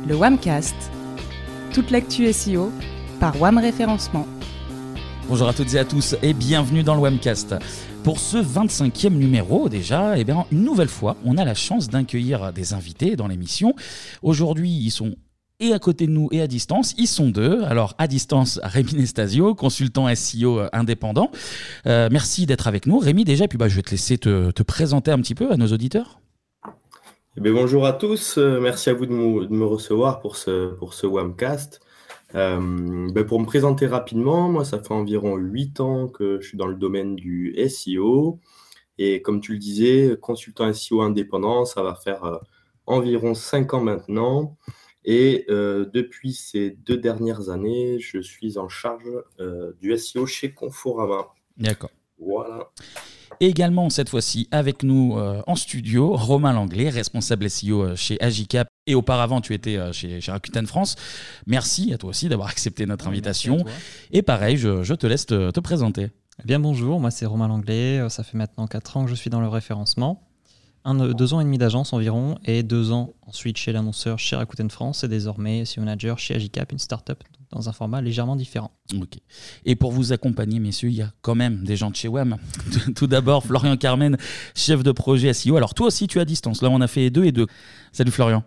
le WAMcast, toute l'actu SEO par WAM Référencement. Bonjour à toutes et à tous et bienvenue dans le WAMcast. Pour ce 25e numéro déjà, une nouvelle fois, on a la chance d'accueillir des invités dans l'émission. Aujourd'hui, ils sont et à côté de nous et à distance, ils sont deux. Alors à distance, Rémi Nestasio, consultant SEO indépendant. Merci d'être avec nous. Rémi, déjà, et puis je vais te laisser te présenter un petit peu à nos auditeurs. Bonjour à tous, merci à vous de me recevoir pour ce WAMcast. Pour me présenter rapidement, moi ça fait environ 8 ans que je suis dans le domaine du SEO et comme tu le disais, consultant SEO indépendant, ça va faire environ 5 ans maintenant et depuis ces 2 dernières années, je suis en charge du SEO chez Conforama. D'accord. Voilà. Et également, cette fois-ci, avec nous en studio, Romain Langlais, responsable SEO chez Agicap. Et auparavant, tu étais chez Rakuten France. Merci à toi aussi d'avoir accepté notre invitation. Et pareil, je te laisse te présenter. Eh bien, bonjour, moi c'est Romain Langlais. Ça fait maintenant 4 ans que je suis dans le référencement. 2 ans et demi d'agence environ et 2 ans ensuite chez l'annonceur chez Rakuten France et désormais SEO Manager chez Agicap, une start-up dans un format légèrement différent. Ok. Et pour vous accompagner, messieurs, il y a quand même des gens de chez WAM. Tout d'abord, Florian Carmen, chef de projet SEO. Alors toi aussi, tu es à distance. Là, on a fait 2 et 2. Salut Florian.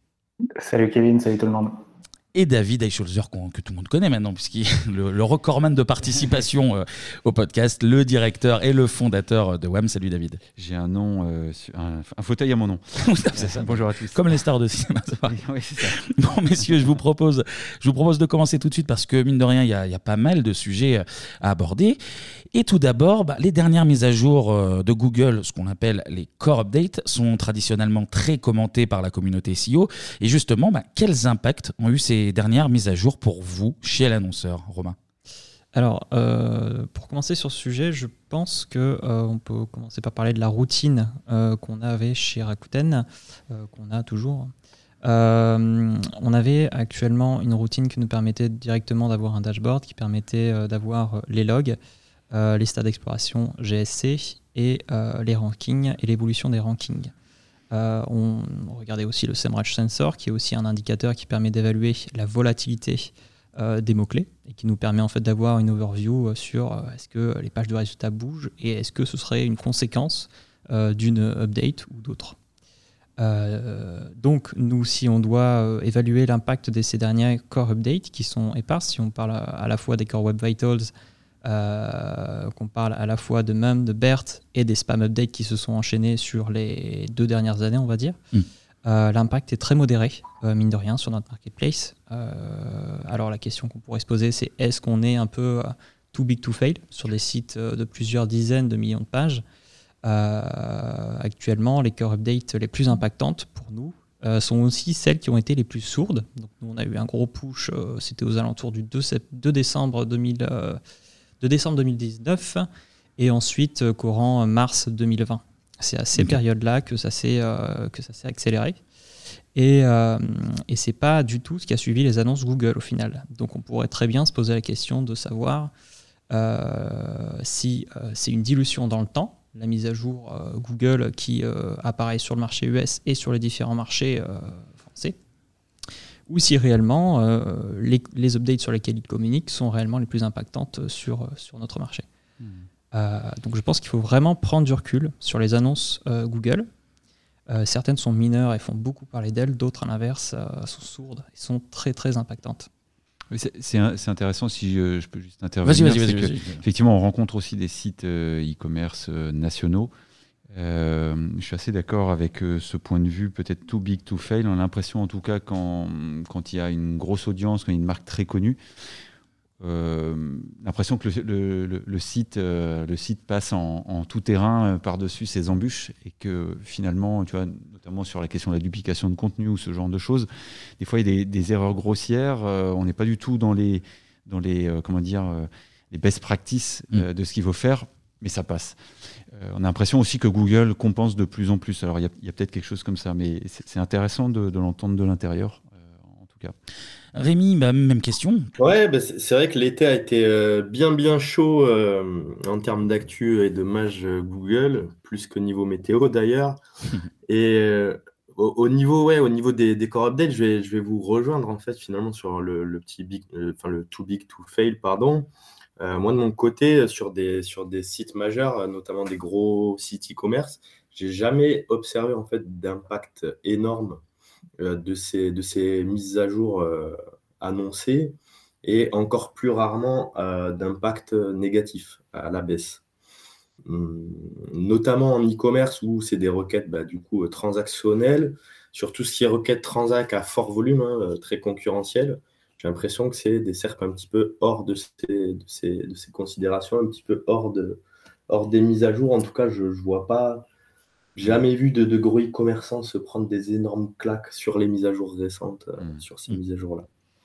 Salut Kevin, salut tout le monde. Et David Eichholzer, que tout le monde connaît maintenant, puisqu'il est le recordman de participation au podcast, le directeur et le fondateur de WAM. Salut David. J'ai un nom, un fauteuil à mon nom. C'est ça. Bonjour à tous. Comme les stars de cinéma. Oui, c'est ça. Bon, messieurs, je vous propose de commencer tout de suite parce que, mine de rien, il y a pas mal de sujets à aborder. Et tout d'abord, les dernières mises à jour de Google, ce qu'on appelle les Core Updates, sont traditionnellement très commentées par la communauté SEO. Et justement, quels impacts ont eu ces dernières mises à jour pour vous chez l'annonceur, Romain ? Alors, pour commencer sur ce sujet, je pense qu'on peut commencer par parler de la routine qu'on avait chez Rakuten, qu'on a toujours. On avait actuellement une routine qui nous permettait directement d'avoir un dashboard, qui permettait d'avoir les logs, les stats d'exploration GSC et les rankings et l'évolution des rankings. On regardait aussi le SEMrush Sensor, qui est aussi un indicateur qui permet d'évaluer la volatilité des mots-clés et qui nous permet en fait d'avoir une overview sur est-ce que les pages de résultats bougent et est-ce que ce serait une conséquence d'une update ou d'autre. Donc nous, si on doit évaluer l'impact de ces derniers core updates qui sont éparses, si on parle à la fois des core web vitals, qu'on parle à la fois de MUM, de BERT et des spam updates qui se sont enchaînés sur les 2 dernières années, on va dire. L'impact est très modéré, mine de rien, sur notre marketplace. Alors la question qu'on pourrait se poser, c'est est-ce qu'on est un peu too big to fail sur des sites de plusieurs dizaines de millions de pages. Actuellement, les core updates les plus impactantes pour nous sont aussi celles qui ont été les plus sourdes. Donc, nous, on a eu un gros push, c'était aux alentours du 2 décembre 2019 et ensuite courant mars 2020. C'est à ces périodes-là que ça s'est accéléré. Et c'est pas du tout ce qui a suivi les annonces Google au final. Donc on pourrait très bien se poser la question de savoir si c'est une dilution dans le temps, la mise à jour Google qui apparaît sur le marché US et sur les différents marchés français, ou si réellement les updates sur lesquels ils communiquent sont réellement les plus impactantes sur notre marché. Donc je pense qu'il faut vraiment prendre du recul sur les annonces Google. Certaines sont mineures et font beaucoup parler d'elles, d'autres à l'inverse sont sourdes et sont très très impactantes. Oui, c'est intéressant si je peux juste intervenir. Vas-y. Effectivement, on rencontre aussi des sites e-commerce nationaux. Je suis assez d'accord avec ce point de vue, peut-être too big to fail. On a l'impression, en tout cas, quand il y a une grosse audience, quand il y a une marque très connue, l'impression que le site passe en tout terrain par-dessus ses embûches et que finalement, tu vois, notamment sur la question de la duplication de contenu ou ce genre de choses, des fois il y a des erreurs grossières. On n'est pas du tout dans les best practices de ce qu'il faut faire, mais ça passe. On a l'impression aussi que Google compense de plus en plus. Alors il y a peut-être quelque chose comme ça, mais c'est intéressant de l'entendre de l'intérieur, en tout cas. Rémi, même question. Ouais, c'est vrai que l'été a été bien chaud en termes d'actu et de mage Google, plus qu'au niveau météo d'ailleurs. Et au niveau des core updates, je vais vous rejoindre en fait finalement sur le petit le too big to fail, pardon. Moi de mon côté, sur des sites majeurs, notamment des gros sites e-commerce, j'ai jamais observé en fait d'impact énorme de ces mises à jour annoncées, et encore plus rarement d'impact négatif à la baisse. Notamment en e-commerce où c'est des requêtes du coup transactionnelles, sur tout ce qui est requêtes transac à fort volume, très concurrentiel. J'ai l'impression que c'est des SERP un petit peu hors de ces considérations, un petit peu hors des mises à jour. En tout cas, je vois pas, jamais vu de gros e-commerçants se prendre des énormes claques sur les mises à jour récentes, sur ces mises à jour-là.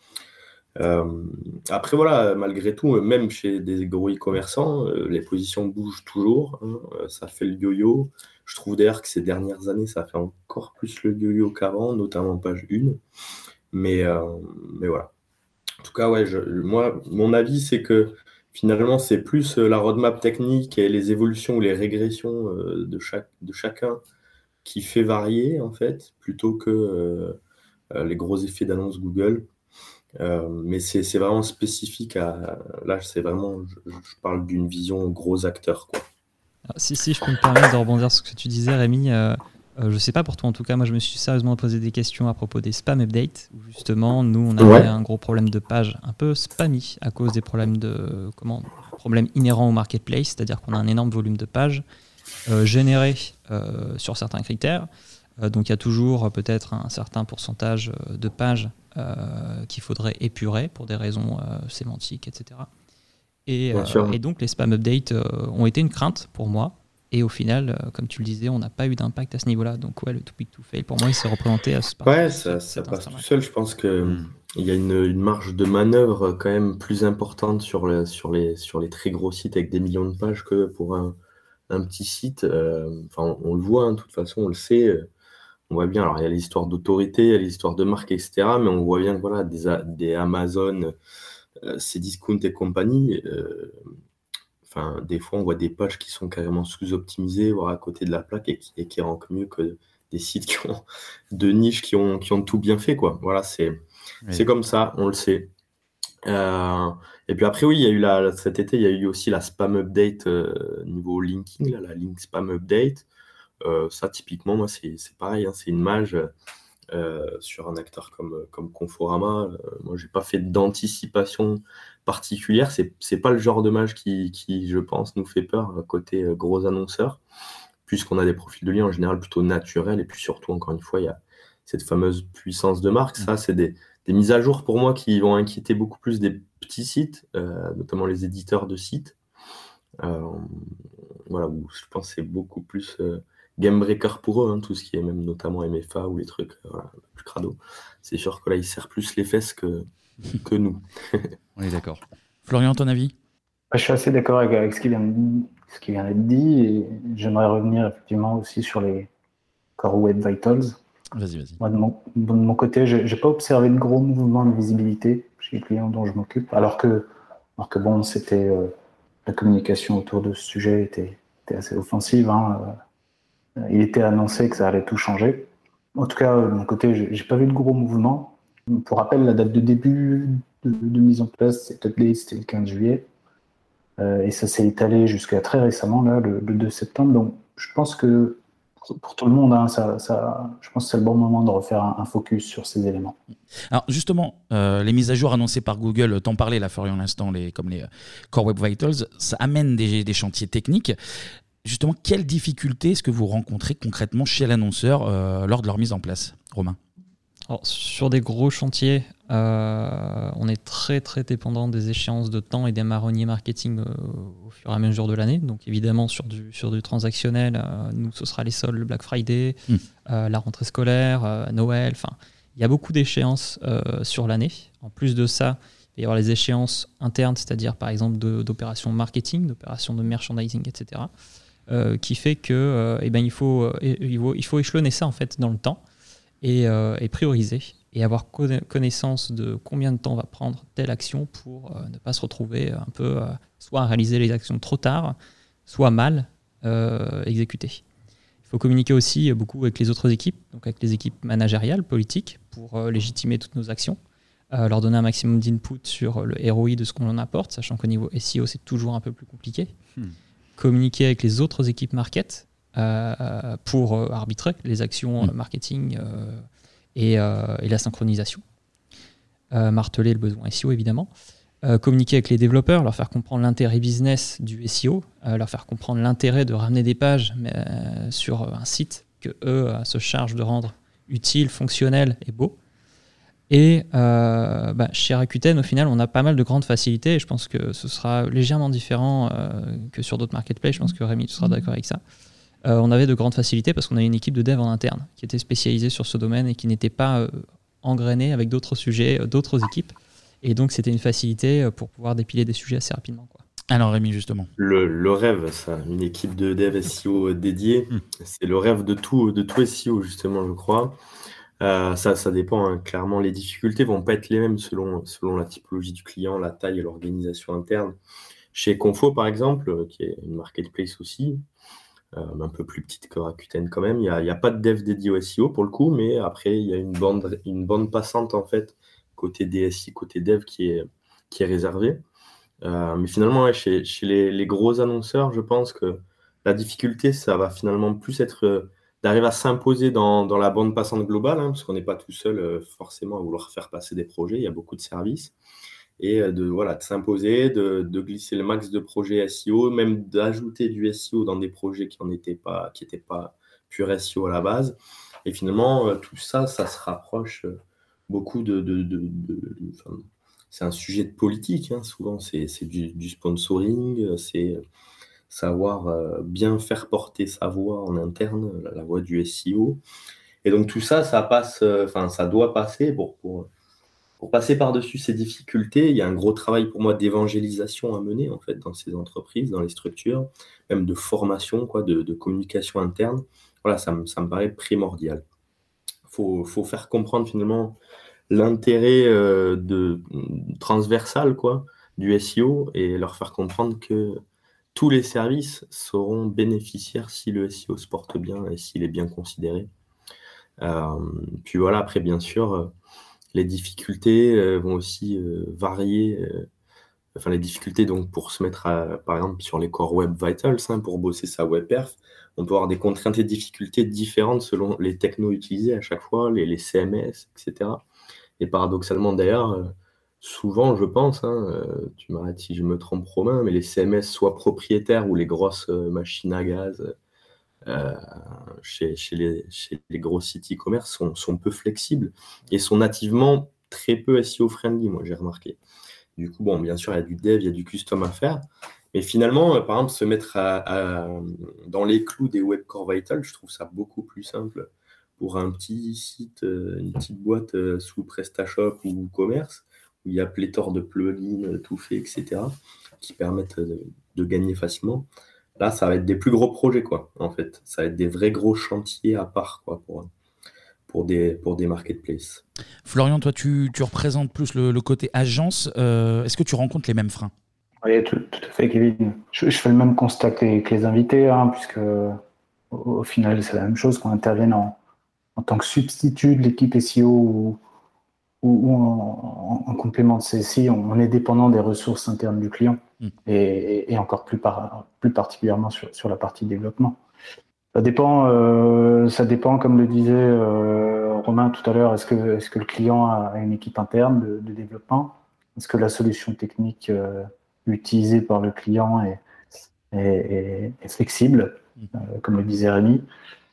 Après voilà, malgré tout, même chez des gros e-commerçants, les positions bougent toujours, ça fait le yo-yo. Je trouve d'ailleurs que ces dernières années, ça fait encore plus le yo-yo qu'avant, notamment page 1. Mais voilà. En tout cas, ouais, moi, mon avis, c'est que finalement, c'est plus la roadmap technique et les évolutions ou les régressions de chacun qui fait varier, en fait, plutôt que les gros effets d'annonce Google. Mais c'est vraiment spécifique là, c'est vraiment, je parle d'une vision gros acteur, quoi. Alors, si je peux me permettre de rebondir sur ce que tu disais, Rémi, je sais pas pour toi, en tout cas, moi je me suis sérieusement posé des questions à propos des spam updates, où justement, nous on avait un gros problème de page un peu spammy à cause des problèmes problèmes inhérents au marketplace, c'est-à-dire qu'on a un énorme volume de pages générées sur certains critères. Donc il y a toujours peut-être un certain pourcentage de pages qu'il faudrait épurer pour des raisons sémantiques, etc. Et donc les spam updates ont été une crainte pour moi. Et au final, comme tu le disais, on n'a pas eu d'impact à ce niveau-là. Donc ouais, le too big to fail, pour moi, il s'est représenté à ce part. Ouais, ça passe tout seul. Je pense qu'il y a une marge de manœuvre quand même plus importante sur les très gros sites avec des millions de pages que pour un petit site. Enfin, on le voit, de toute façon, on le sait. On voit bien, alors il y a les histoires d'autorité, il y a les histoires de marque, etc. Mais on voit bien que voilà, des Amazon, Cdiscount et compagnie, des fois on voit des pages qui sont carrément sous-optimisées, voire à côté de la plaque, et qui rankent mieux que des sites de niche qui ont tout bien fait, quoi. Voilà, c'est comme ça, on le sait. Et puis après, oui, il y a eu cet été, il y a eu aussi la spam update niveau linking, là, la link spam update. Ça, typiquement, moi, c'est pareil, c'est une mage sur un acteur comme Conforama. Moi, j'ai pas fait d'anticipation particulière. C'est pas le genre de mage qui, je pense, nous fait peur côté gros annonceurs, puisqu'on a des profils de liens en général plutôt naturels, et puis surtout, encore une fois, il y a cette fameuse puissance de marque. Ça, c'est des mises à jour pour moi qui vont inquiéter beaucoup plus des petits sites, notamment les éditeurs de sites. Voilà, où je pense que c'est beaucoup plus game breaker pour eux, tout ce qui est même notamment MFA ou les trucs plus crado. C'est sûr que là, ils serrent plus les fesses que nous. On est d'accord. Florian, ton avis ? Je suis assez d'accord avec ce qui vient d'être dit, et j'aimerais revenir effectivement aussi sur les Core Web Vitals. Vas-y. Moi, de mon côté, j'ai pas observé de gros mouvements de visibilité chez les clients dont je m'occupe, alors que bon, c'était la communication autour de ce sujet était assez offensive. Il était annoncé que ça allait tout changer. En tout cas, de mon côté, j'ai pas vu de gros mouvements. Pour rappel, la date de début de mise en place, cette update, c'était le 15 juillet. Et ça s'est étalé jusqu'à très récemment, là, le 2 septembre. Donc, je pense que pour tout le monde, je pense que c'est le bon moment de refaire un focus sur ces éléments. Alors justement, les mises à jour annoncées par Google, t'en parlais là, Florian, l'instant, comme les Core Web Vitals, ça amène des chantiers techniques. Justement, quelles difficultés est-ce que vous rencontrez concrètement chez l'annonceur lors de leur mise en place, Romain ? Alors, sur des gros chantiers, on est très très dépendant des échéances de temps et des marronniers marketing au fur et à mesure de l'année. Donc évidemment sur du transactionnel, nous ce sera les soldes, le Black Friday, la rentrée scolaire, Noël. Enfin, il y a beaucoup d'échéances sur l'année. En plus de ça, il va y avoir les échéances internes, c'est-à-dire par exemple d'opérations marketing, d'opérations de merchandising, etc. Qui fait que il faut échelonner ça en fait dans le temps et prioriser et avoir connaissance de combien de temps va prendre telle action pour ne pas se retrouver un peu soit à réaliser les actions trop tard, soit mal exécutées. Il faut communiquer aussi beaucoup avec les autres équipes, donc avec les équipes managériales, politiques, pour légitimer toutes nos actions, leur donner un maximum d'input sur le ROI de ce qu'on en apporte, sachant qu'au niveau SEO, c'est toujours un peu plus compliqué. Communiquer avec les autres équipes market pour arbitrer les actions marketing et la synchronisation. Marteler le besoin SEO, évidemment. Communiquer avec les développeurs, leur faire comprendre l'intérêt business du SEO, leur faire comprendre l'intérêt de ramener des pages sur un site que eux se chargent de rendre utile, fonctionnel et beau. Et chez Rakuten, au final, on a pas mal de grandes facilités et je pense que ce sera légèrement différent que sur d'autres marketplaces. Je pense que Rémi, tu seras d'accord avec ça. On avait de grandes facilités parce qu'on a une équipe de dev en interne qui était spécialisée sur ce domaine et qui n'était pas engrainée avec d'autres sujets, d'autres équipes. Et donc, c'était une facilité pour pouvoir dépiler des sujets assez rapidement, quoi. Alors, Rémi, justement. Le rêve, ça, une équipe de dev SEO dédiée, c'est le rêve de tout SEO, justement, je crois. Ça dépend, hein. Clairement, les difficultés vont pas être les mêmes selon la typologie du client, la taille et l'organisation interne. Chez Confo, par exemple, qui est une marketplace aussi, un peu plus petite que Rakuten quand même, il y a pas de dev dédié au SEO pour le coup, mais après, il y a une bande passante, en fait, côté DSI, côté dev qui est réservé. Mais finalement, ouais, chez les gros annonceurs, je pense que la difficulté, ça va finalement plus être d'arriver à s'imposer dans la bande passante globale, hein, parce qu'on n'est pas tout seul forcément à vouloir faire passer des projets, il y a beaucoup de services, et de s'imposer, de glisser le max de projets SEO, même d'ajouter du SEO dans des projets qui n'étaient pas pur SEO à la base. Et finalement, tout ça se rapproche beaucoup c'est un sujet de politique, hein, souvent, c'est du sponsoring, c'est savoir bien faire porter sa voix en interne, la voix du SEO. Et donc tout ça, ça doit passer pour passer par-dessus ces difficultés. Il y a un gros travail pour moi d'évangélisation à mener en fait dans ces entreprises, dans les structures, même de formation, quoi, de communication interne. Voilà, ça me paraît primordial. Faut faire comprendre finalement l'intérêt transversal, quoi, du SEO et leur faire comprendre que tous les services seront bénéficiaires si le SEO se porte bien et s'il est bien considéré. Puis voilà, après, bien sûr, les difficultés vont aussi varier. Les difficultés, donc, pour se mettre, par exemple, sur les Core Web Vitals, hein, pour bosser sa web perf, on peut avoir des contraintes et difficultés différentes selon les technos utilisés à chaque fois, les CMS, etc. Et paradoxalement, d'ailleurs, souvent, je pense, hein, tu m'arrêtes si je me trompe, Romain, mais les CMS, soit propriétaires ou les grosses machines à gaz chez les gros sites e-commerce sont peu flexibles et sont nativement très peu SEO-friendly, moi, j'ai remarqué. Du coup, bon, bien sûr, il y a du dev, il y a du custom à faire. Mais finalement, par exemple, se mettre dans les clous des Web Core Vitals, je trouve ça beaucoup plus simple pour un petit site, une petite boîte sous PrestaShop ou Commerce, où il y a pléthore de plugins tout faits, etc., qui permettent de gagner facilement. Là, ça va être des plus gros projets, quoi, en fait. Ça va être des vrais gros chantiers à part, quoi, pour des marketplaces. Florian, toi, tu représentes plus le côté agence. Est-ce que tu rencontres les mêmes freins ? Oui, tout à fait, Kevin. Je fais le même constat que les invités, hein, puisque au final, c'est la même chose qu'on intervienne en tant que substitut de l'équipe SEO ou en complément de celle-ci. On est dépendant des ressources internes du client et encore plus particulièrement sur la partie développement. Ça dépend, comme le disait Romain tout à l'heure, est-ce que le client a une équipe interne de développement ? Est-ce que la solution technique utilisée par le client est flexible, comme le disait Rémi,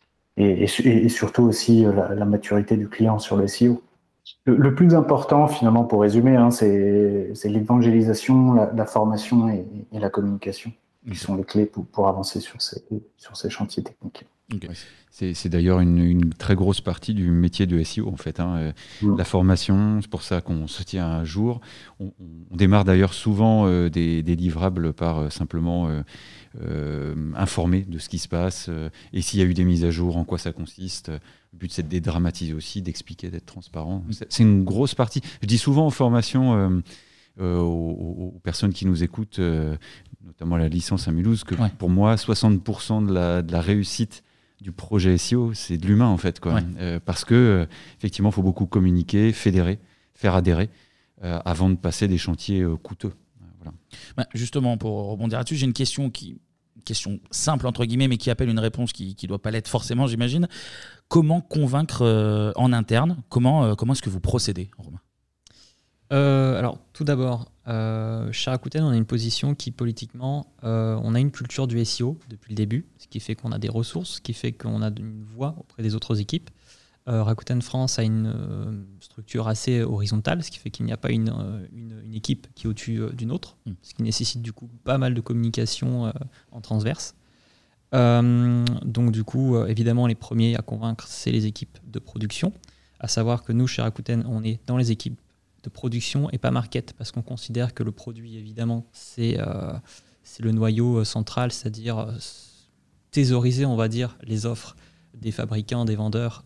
et surtout aussi la maturité du client sur le SEO. Le plus important, finalement, pour résumer, hein, c'est l'évangélisation, la formation et la communication qui sont les clés pour avancer sur ces chantiers techniques. Okay. C'est d'ailleurs une très grosse partie du métier de SEO, en fait, hein. La formation, c'est pour ça qu'on se tient à jour. On démarre d'ailleurs souvent des livrables par simplement informer de ce qui se passe et s'il y a eu des mises à jour, en quoi ça consiste. Le but, c'est de dédramatiser aussi, d'expliquer, d'être transparent. C'est une grosse partie. Je dis souvent en formation aux personnes qui nous écoutent, notamment la licence à Mulhouse, que pour moi, 60% de la réussite du projet SEO, c'est de l'humain en fait, quoi. Ouais. Parce que effectivement, il faut beaucoup communiquer, fédérer, faire adhérer avant de passer des chantiers coûteux. Voilà. Bah, justement, pour rebondir là-dessus, j'ai une question simple entre guillemets, mais qui appelle une réponse qui doit pas l'être forcément, j'imagine. Comment convaincre en interne? Comment est-ce que vous procédez, Romain? Alors, tout d'abord, chez Rakuten, on a une position qui, politiquement, on a une culture du SEO depuis le début, ce qui fait qu'on a des ressources, ce qui fait qu'on a une voix auprès des autres équipes. Rakuten France a une structure assez horizontale, ce qui fait qu'il n'y a pas une équipe qui est au-dessus d'une autre, ce qui nécessite du coup pas mal de communication en transverse. Donc du coup, évidemment, les premiers à convaincre, c'est les équipes de production, à savoir que nous, chez Rakuten, on est dans les équipes de production et pas market, parce qu'on considère que le produit, évidemment, c'est le noyau central, c'est-à-dire thésauriser, on va dire, les offres des fabricants, des vendeurs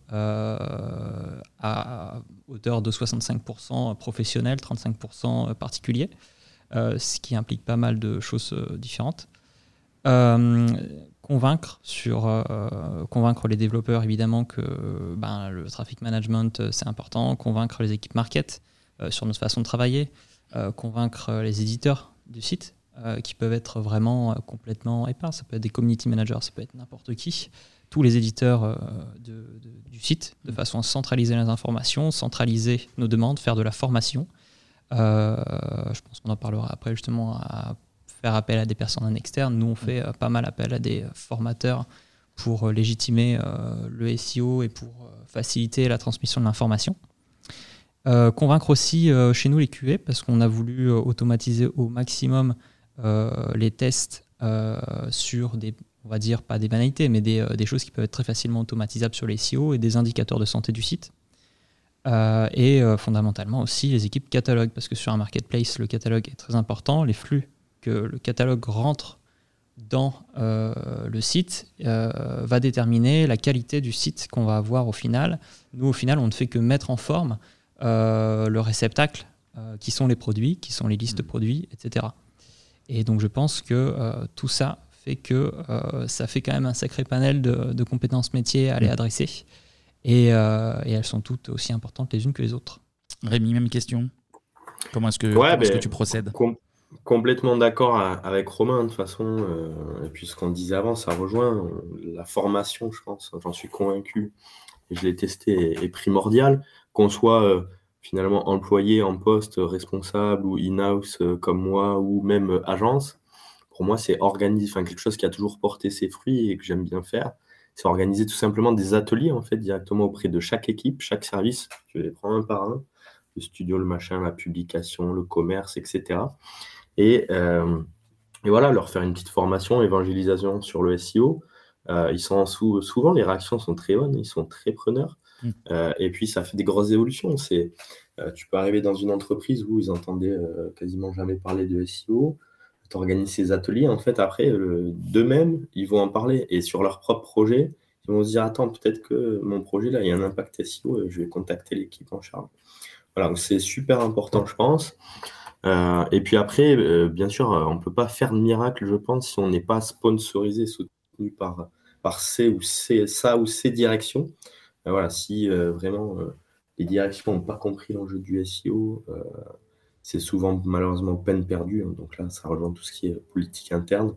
à hauteur de 65% professionnels, 35% particuliers, ce qui implique pas mal de choses différentes. Convaincre les développeurs, évidemment, que le traffic management, c'est important, convaincre les équipes market sur notre façon de travailler, convaincre les éditeurs du site, qui peuvent être vraiment complètement épars. Ça peut être des community managers, ça peut être n'importe qui. Tous les éditeurs du site, de façon à centraliser les informations, centraliser nos demandes, faire de la formation. Je pense qu'on en parlera après, justement, à faire appel à des personnes en externe. Nous, on fait pas mal appel à des formateurs pour légitimer le SEO et pour faciliter la transmission de l'information. Convaincre aussi chez nous les QA, parce qu'on a voulu automatiser au maximum les tests sur des, on va dire, pas des banalités, mais des choses qui peuvent être très facilement automatisables sur les SEO et des indicateurs de santé du site. Et fondamentalement aussi les équipes catalogue, parce que sur un marketplace, le catalogue est très important. Les flux que le catalogue rentre dans le site va déterminer la qualité du site qu'on va avoir au final. Nous, au final, on ne fait que mettre en forme le réceptacle, qui sont les produits, qui sont les listes de produits, etc. Et donc je pense que tout ça fait que ça fait quand même un sacré panel de compétences métiers à aller adresser. Et elles sont toutes aussi importantes les unes que les autres. Rémi, même question. Comment est-ce que tu procèdes? Complètement d'accord avec Romain, de toute façon. Et puis ce qu'on disait avant, ça rejoint la formation, je pense. J'en suis convaincu. Et je l'ai testé, est primordial. Qu'on soit finalement employé en poste, responsable ou in-house comme moi, ou même agence. Pour moi, c'est quelque chose qui a toujours porté ses fruits et que j'aime bien faire. C'est organiser tout simplement des ateliers en fait directement auprès de chaque équipe, chaque service. Je les prends un par un, le studio, le machin, la publication, le commerce, etc. Et voilà, leur faire une petite formation, évangélisation sur le SEO. Ils sont souvent les réactions sont très bonnes, ils sont très preneurs. Et puis ça fait des grosses évolutions. Tu peux arriver dans une entreprise où ils entendaient quasiment jamais parler de SEO. Tu organises ces ateliers, en fait, après, d'eux-mêmes, ils vont en parler. Et sur leur propre projet, ils vont se dire, attends, peut-être que mon projet, là, il y a un impact SEO, et je vais contacter l'équipe en charge. Voilà, donc c'est super important, je pense. Et puis après, bien sûr, on ne peut pas faire de miracle, je pense, si on n'est pas sponsorisé, soutenu par ça ou ces directions. Voilà, si vraiment les directions n'ont pas compris l'enjeu du SEO, c'est souvent malheureusement peine perdue. Donc là, ça rejoint tout ce qui est politique interne.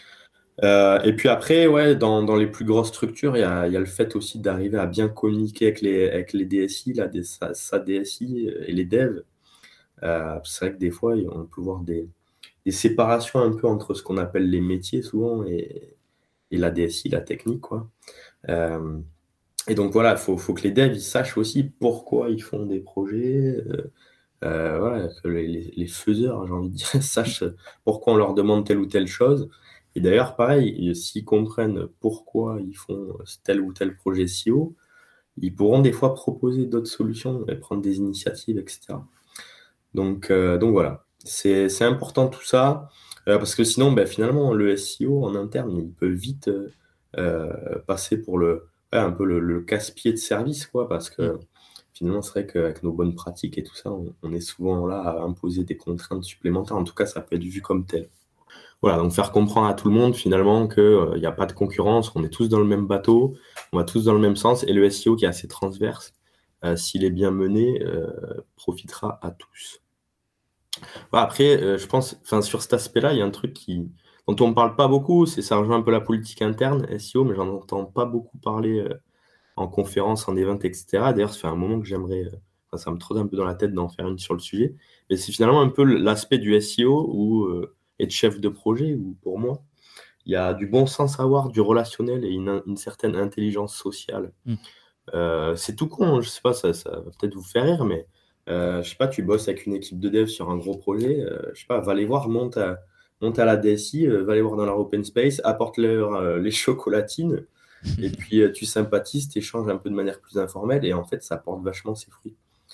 Et puis après, ouais, dans les plus grosses structures, il y a le fait aussi d'arriver à bien communiquer avec les DSI, sa DSI et les devs. C'est vrai que des fois, on peut voir des séparations un peu entre ce qu'on appelle les métiers souvent et la DSI, la technique, quoi. Et donc voilà, il faut que les devs ils sachent aussi pourquoi ils font des projets. Voilà, que les faiseurs, j'ai envie de dire, sachent pourquoi on leur demande telle ou telle chose. Et d'ailleurs, pareil, s'ils comprennent pourquoi ils font tel ou tel projet SEO, ils pourront des fois proposer d'autres solutions et prendre des initiatives, etc. Donc voilà, c'est important tout ça, parce que sinon, finalement, le SEO en interne, il peut vite passer pour un peu le casse-pied de service, quoi, parce que finalement, c'est vrai qu'avec nos bonnes pratiques et tout ça, on est souvent là à imposer des contraintes supplémentaires. En tout cas, ça peut être vu comme tel. Voilà, donc faire comprendre à tout le monde finalement qu'il n'y a pas de concurrence, qu'on est tous dans le même bateau, on va tous dans le même sens, et le SEO qui est assez transverse, s'il est bien mené, profitera à tous. Voilà, après, je pense, sur cet aspect-là, il y a un truc dont on ne parle pas beaucoup, ça rejoint un peu la politique interne SEO, mais j'en entends pas beaucoup parler en conférence, en event, etc. D'ailleurs, ça fait un moment que j'aimerais, ça me trotte un peu dans la tête d'en faire une sur le sujet, mais c'est finalement un peu l'aspect du SEO où être chef de projet, où pour moi, il y a du bon sens à avoir, du relationnel et une certaine intelligence sociale. C'est tout con, je sais pas, ça va peut-être vous faire rire, mais je sais pas, tu bosses avec une équipe de dev sur un gros projet, je sais pas, va les voir, monte à la DSI, va les voir dans leur open space, apporte-leur les chocolatines, et puis tu sympathises, t'échanges un peu de manière plus informelle, et en fait, ça porte vachement ses fruits.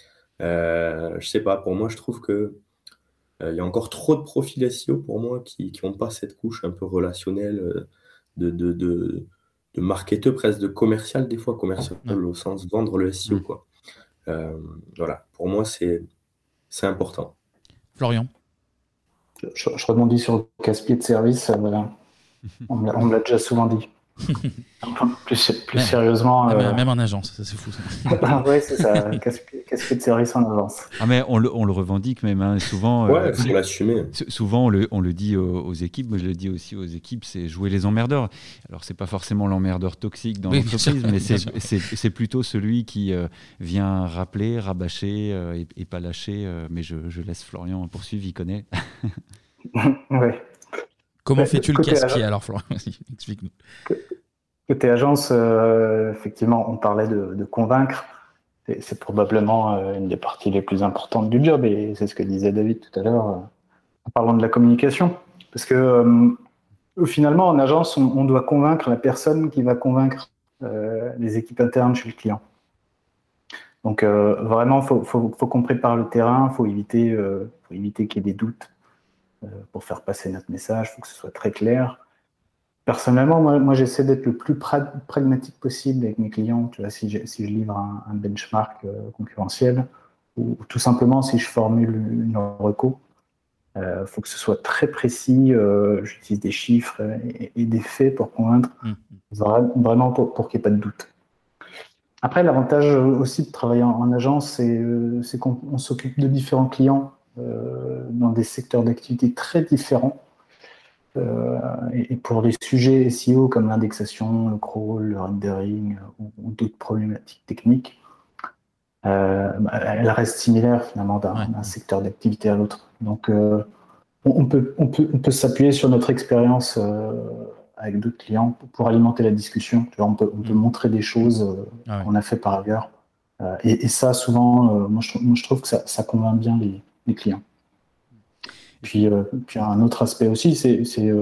Je sais pas, pour moi, je trouve que il y a encore trop de profils SEO pour moi qui n'ont pas cette couche un peu relationnelle de marketeur, presque de commercial, des fois commercial au sens vendre le SEO, quoi. Voilà, pour moi, c'est important. Florian. Je rebondis sur le casse-pied de service. On me l'a déjà souvent dit. Plus sérieusement. Même en agence, ça, c'est fou. Oui, c'est ça, casse-pied de service en agence. Ah, mais on le revendique même, hein, souvent. Ouais, il faut l'assumer. Souvent, on le dit aux équipes, moi je le dis aussi aux équipes, c'est jouer les emmerdeurs. Alors, c'est pas forcément l'emmerdeur toxique dans l'entreprise, mais c'est plutôt celui qui vient rappeler, rabâcher et pas lâcher. Mais je laisse Florian poursuivre, il connaît. Ouais. Comment fais-tu le casse-pied alors, Florian? Explique-nous. Côté agence, effectivement, on parlait de convaincre. C'est probablement une des parties les plus importantes du job, et c'est ce que disait David tout à l'heure en parlant de la communication. Parce que finalement, en agence, on doit convaincre la personne qui va convaincre les équipes internes chez le client. Donc vraiment, faut qu'on prépare le terrain, faut éviter qu'il y ait des doutes pour faire passer notre message, il faut que ce soit très clair. Personnellement, moi j'essaie d'être le plus pragmatique possible avec mes clients. Tu vois, si je livre un benchmark concurrentiel, ou tout simplement si je formule une reco, faut que ce soit très précis. J'utilise des chiffres et des faits pour convaincre, vraiment pour qu'il n'y ait pas de doute. Après, l'avantage aussi de travailler en agence, c'est qu'on s'occupe de différents clients dans des secteurs d'activité très différents. Et pour les sujets SEO comme l'indexation, le crawl, le rendering ou d'autres problématiques techniques, elle reste similaire finalement d'un secteur d'activité à l'autre. Donc on peut s'appuyer sur notre expérience avec d'autres clients pour alimenter la discussion. Tu vois, on peut montrer des choses qu'on a fait par ailleurs. Et ça, souvent, moi je trouve que ça convainc bien les clients. Puis un autre aspect aussi, c'est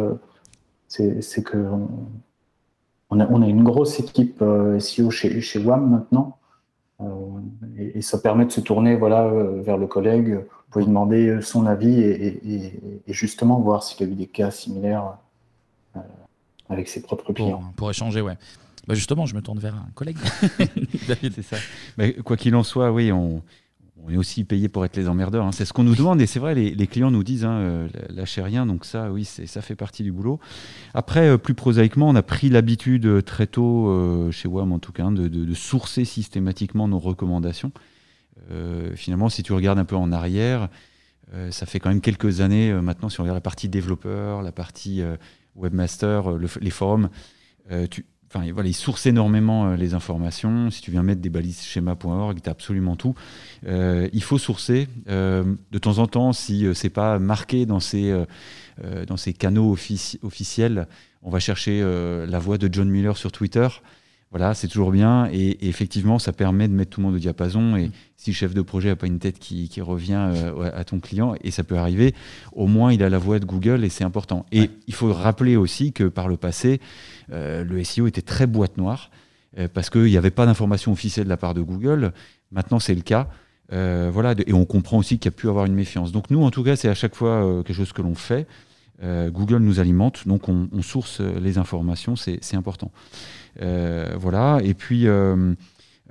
que on a une grosse équipe SEO chez WAM maintenant, et ça permet de se tourner vers le collègue pour lui demander son avis et justement voir s'il a eu des cas similaires avec ses propres clients. Pour échanger, ouais. Bah justement, je me tourne vers un collègue. C'est ça. Mais quoi qu'il en soit, oui, on est aussi payé pour être les emmerdeurs. Hein. C'est ce qu'on nous demande, et c'est vrai, les clients nous disent lâchez rien, donc ça, oui, ça fait partie du boulot. Après, plus prosaïquement, on a pris l'habitude très tôt, chez WAM en tout cas, de sourcer systématiquement nos recommandations. Finalement, si tu regardes un peu en arrière, ça fait quand même quelques années maintenant, si on regarde la partie développeur, la partie webmaster, les forums, ils sourcent énormément les informations. Si tu viens mettre des balises schéma.org, tu as absolument tout. Il faut sourcer. De temps en temps, si ce n'est pas marqué dans ces canaux officiels, on va chercher la voix de John Mueller sur Twitter. Voilà, c'est toujours bien. Et effectivement, ça permet de mettre tout le monde au diapason. Et si le chef de projet n'a pas une tête qui revient à ton client, et ça peut arriver, au moins il a la voix de Google, et c'est important. Et il faut rappeler aussi que par le passé, le SEO était très boîte noire, parce qu'il n'y avait pas d'information officielle de la part de Google. Maintenant, c'est le cas. Et on comprend aussi qu'il y a pu avoir une méfiance. Donc nous, en tout cas, c'est à chaque fois quelque chose que l'on fait. Google nous alimente, donc on source les informations, c'est important. Et puis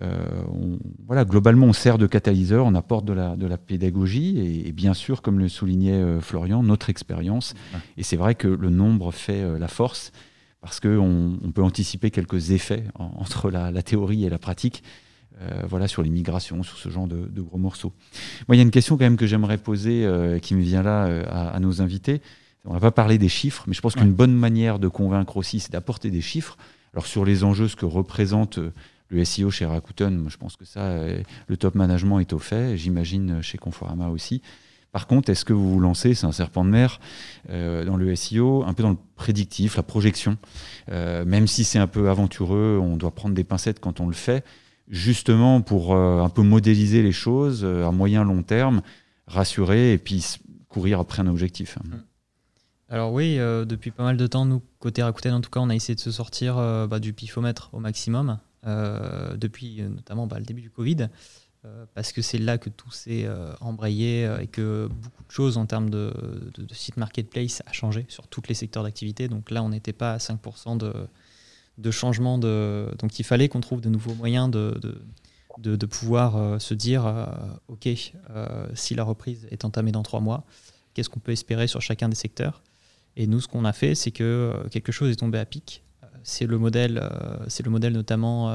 Globalement, on sert de catalyseur, on apporte de la pédagogie et bien sûr, comme le soulignait Florian, notre expérience. Et c'est vrai que le nombre fait la force parce qu'on peut anticiper quelques effets entre la théorie et la pratique. Sur les migrations, sur ce genre de gros morceaux. Moi, il y a une question quand même que j'aimerais poser qui me vient là à nos invités. On n'a pas parlé des chiffres, mais je pense qu'une bonne manière de convaincre aussi, c'est d'apporter des chiffres. Alors sur les enjeux, ce que représente le SEO chez Rakuten, moi, je pense que ça, le top management est au fait, j'imagine chez Conforama aussi. Par contre, est-ce que vous vous lancez, c'est un serpent de mer, dans le SEO, un peu dans le prédictif, la projection, même si c'est un peu aventureux, on doit prendre des pincettes quand on le fait, justement pour un peu modéliser les choses à moyen long terme, rassurer et puis courir après un objectif. Alors oui, depuis pas mal de temps, nous, côté Rakuten en tout cas, on a essayé de se sortir du pifomètre au maximum, depuis notamment le début du Covid, parce que c'est là que tout s'est embrayé et que beaucoup de choses en termes de site marketplace a changé sur tous les secteurs d'activité. Donc là, on n'était pas à 5% de changement. Donc il fallait qu'on trouve de nouveaux moyens de pouvoir se dire ok, si la reprise est entamée dans 3 mois, qu'est-ce qu'on peut espérer sur chacun des secteurs. Et nous, ce qu'on a fait, c'est que quelque chose est tombé à pic. C'est le modèle notamment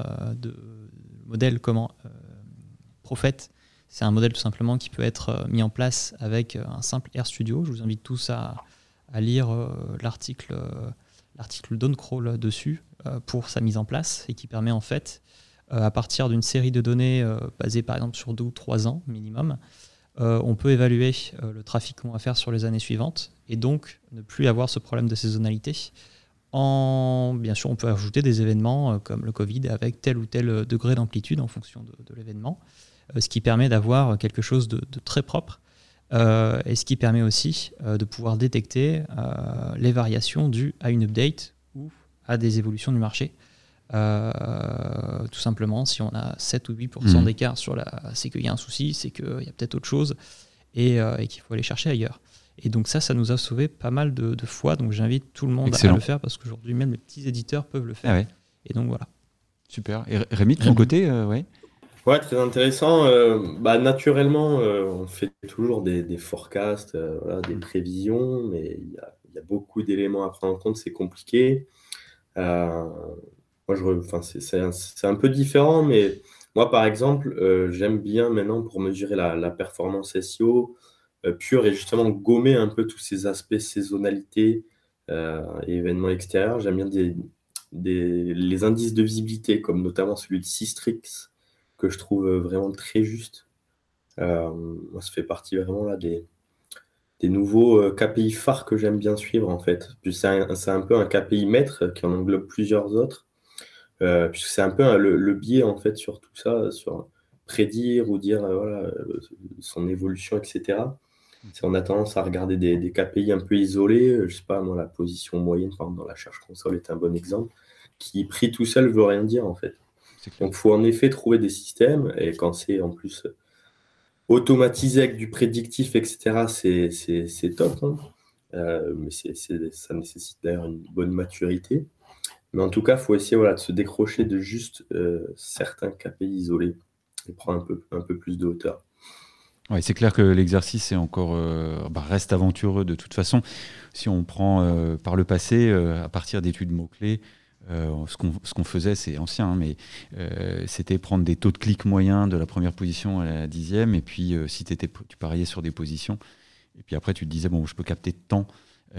Prophète. C'est un modèle tout simplement qui peut être mis en place avec un simple RStudio. Je vous invite tous à lire l'article d'OnCrawl dessus pour sa mise en place et qui permet en fait, à partir d'une série de données basées par exemple sur 2 ou 3 ans minimum, on peut évaluer le trafic qu'on va faire sur les années suivantes et donc ne plus avoir ce problème de saisonnalité. Bien sûr, on peut ajouter des événements comme le Covid avec tel ou tel degré d'amplitude en fonction de l'événement, ce qui permet d'avoir quelque chose de très propre et ce qui permet aussi de pouvoir détecter les variations dues à une update ou à des évolutions du marché. Tout simplement, si on a 7 ou 8% d'écart c'est qu'il y a un souci, c'est qu'il y a peut-être autre chose et qu'il faut aller chercher ailleurs. Et donc ça nous a sauvé pas mal de fois. Donc j'invite tout le monde à le faire parce qu'aujourd'hui même les petits éditeurs peuvent le faire. Et donc voilà. Super. Et Rémi, de ton côté, Ouais, très intéressant. Naturellement, on fait toujours des forecasts, des prévisions, mais il y a beaucoup d'éléments à prendre en compte, c'est compliqué. C'est un peu différent, mais moi, par exemple, j'aime bien maintenant pour mesurer la performance SEO pure et justement gommer un peu tous ces aspects saisonnalité et événements extérieurs. J'aime bien les indices de visibilité, comme notamment celui de Systrix, que je trouve vraiment très juste. Moi, ça fait partie vraiment là des nouveaux KPI phares que j'aime bien suivre en fait. Puis c'est un peu un KPI maître qui en englobe plusieurs autres. Puisque c'est un peu le biais en fait sur tout ça, sur prédire ou dire son évolution, etc. Si on a tendance à regarder des KPI un peu isolés, je sais pas, moi, la position moyenne, par exemple, dans la Search Console est un bon exemple, qui pris tout seul veut rien dire en fait. Donc il faut en effet trouver des systèmes, et quand c'est en plus automatisé avec du prédictif, etc., c'est top. Mais ça nécessite d'ailleurs une bonne maturité. Mais en tout cas, il faut essayer de se décrocher de juste certains KPI isolés et prendre un peu plus de hauteur. Ouais, c'est clair que l'exercice reste aventureux de toute façon. Si on prend par le passé, à partir d'études mots-clés, ce qu'on faisait, c'est ancien, mais c'était prendre des taux de clic moyens de la première position à la 10e, et puis si tu pariais sur des positions, et puis après tu te disais, je peux capter tant.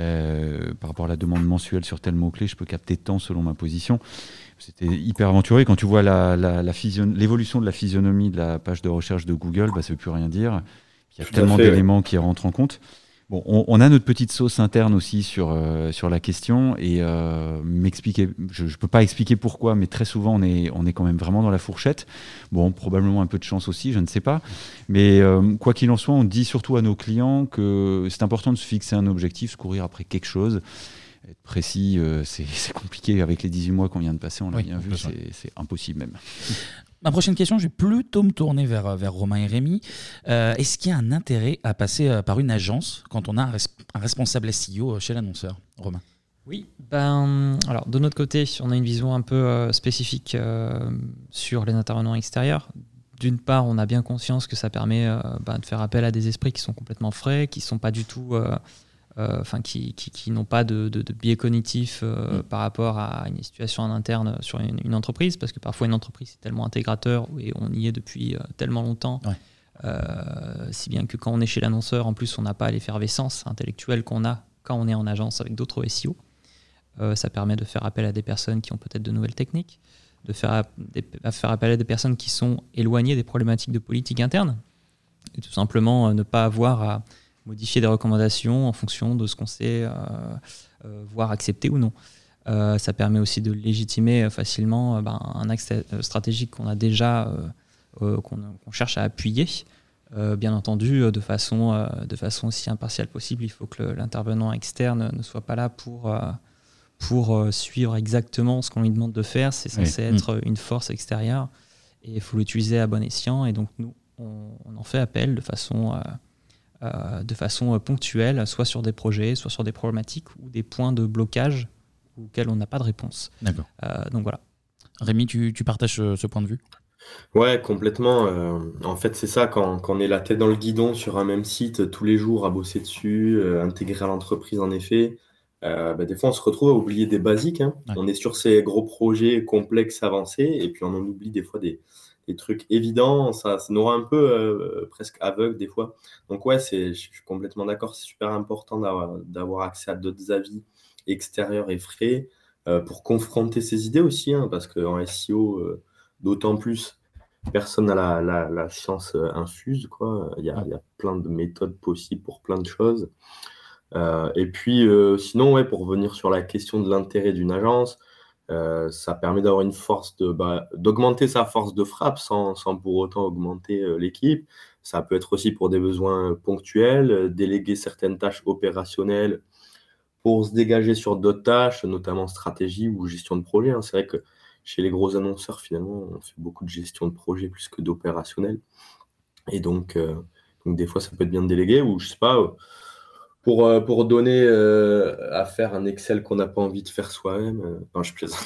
Par rapport à la demande mensuelle sur tel mot-clé, je peux capter tant selon ma position. C'était hyper aventuré. Quand tu vois l'évolution de la physionomie de la page de recherche de Google, ça ne veut plus rien dire. Il y a tellement d'éléments qui rentrent en compte. Bon, on a notre petite sauce interne aussi sur la question et m'expliquer. Je ne peux pas expliquer pourquoi, mais très souvent on est quand même vraiment dans la fourchette. Bon, probablement un peu de chance aussi, je ne sais pas. Mais quoi qu'il en soit, on dit surtout à nos clients que c'est important de se fixer un objectif, se courir après quelque chose. Être précis, c'est compliqué avec les 18 mois qu'on vient de passer, on l'a bien vu, c'est impossible même. Ma prochaine question, je vais plutôt me tourner vers Romain et Rémi. Est-ce qu'il y a un intérêt à passer par une agence quand on a un responsable SEO chez l'annonceur, Romain ? Oui, alors de notre côté, on a une vision un peu spécifique sur les intervenants extérieurs. D'une part, on a bien conscience que ça permet de faire appel à des esprits qui sont complètement frais, qui sont pas du tout, qui n'ont pas de biais cognitif par rapport à une situation en interne sur une entreprise, parce que parfois une entreprise est tellement intégrateur et on y est depuis tellement longtemps, si bien que quand on est chez l'annonceur, en plus, on n'a pas l'effervescence intellectuelle qu'on a quand on est en agence avec d'autres SEO. Ça permet de faire appel à des personnes qui ont peut-être de nouvelles techniques, de faire appel à des personnes qui sont éloignées des problématiques de politique interne, et tout simplement ne pas avoir à modifier des recommandations en fonction de ce qu'on sait, voire accepter ou non. Ça permet aussi de légitimer facilement un axe stratégique qu'on a déjà, qu'on cherche à appuyer. Bien entendu, de façon aussi impartiale possible. Il faut que l'intervenant externe ne soit pas là pour suivre exactement ce qu'on lui demande de faire. C'est censé être une force extérieure et il faut l'utiliser à bon escient. Et donc nous, on en fait appel de façon ponctuelle, soit sur des projets, soit sur des problématiques ou des points de blocage auxquels on n'a pas de réponse. D'accord. Donc voilà. Rémi, tu partages ce point de vue ? Ouais, complètement. En fait, c'est ça, quand on est la tête dans le guidon sur un même site tous les jours à bosser dessus, intégrer à l'entreprise en effet, des fois on se retrouve à oublier des basiques. Ouais. On est sur ces gros projets complexes, avancés, et puis on en oublie des fois des trucs évidents. Ça nous rend un peu presque aveugle des fois. Donc ouais, je suis complètement d'accord, c'est super important d'avoir accès à d'autres avis extérieurs et frais pour confronter ses idées aussi, parce qu'en SEO, d'autant plus, personne n'a la science infuse, quoi. Il y a plein de méthodes possibles pour plein de choses. Et puis, sinon, ouais, pour revenir sur la question de l'intérêt d'une agence, ça permet d'avoir une force d'augmenter sa force de frappe sans pour autant augmenter l'équipe. Ça peut être aussi pour des besoins ponctuels, déléguer certaines tâches opérationnelles pour se dégager sur d'autres tâches, notamment stratégie ou gestion de projet. C'est vrai que chez les gros annonceurs, finalement, on fait beaucoup de gestion de projet plus que d'opérationnel. Et donc des fois, ça peut être bien de déléguer ou, je sais pas, pour donner à faire un Excel qu'on n'a pas envie de faire soi-même. Non, je plaisante.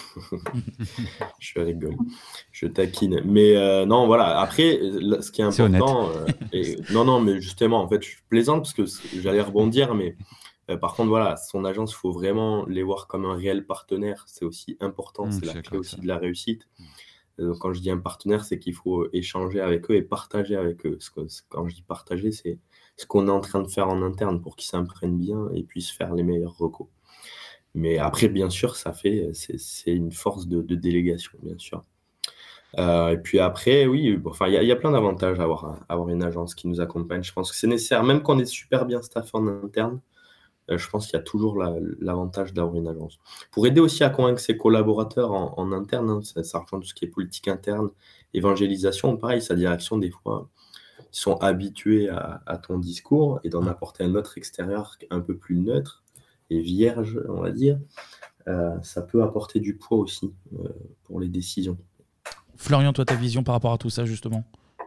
Je rigole. Je taquine. Mais non, voilà. Après, ce qui est important... non, mais justement, en fait, je plaisante parce que j'allais rebondir, mais... par contre, voilà, son agence, il faut vraiment les voir comme un réel partenaire. C'est aussi important, c'est la clé aussi de la réussite. Donc, quand je dis un partenaire, c'est qu'il faut échanger avec eux et partager avec eux. Quand je dis partager, c'est ce qu'on est en train de faire en interne pour qu'ils s'imprègnent bien et puissent faire les meilleurs recos. Mais après, bien sûr, c'est une force de délégation, bien sûr. Et puis après, oui, il y a plein d'avantages à avoir une agence qui nous accompagne. Je pense que c'est nécessaire, même quand on est super bien staffé en interne. Je pense qu'il y a toujours l'avantage d'avoir une agence. Pour aider aussi à convaincre ses collaborateurs en interne, ça rejoint tout ce qui est politique interne, évangélisation, pareil, sa direction, des fois, ils sont habitués à ton discours et d'en apporter un autre extérieur un peu plus neutre et vierge, on va dire. Ça peut apporter du poids aussi pour les décisions. Florian, toi, ta vision par rapport à tout ça, justement ?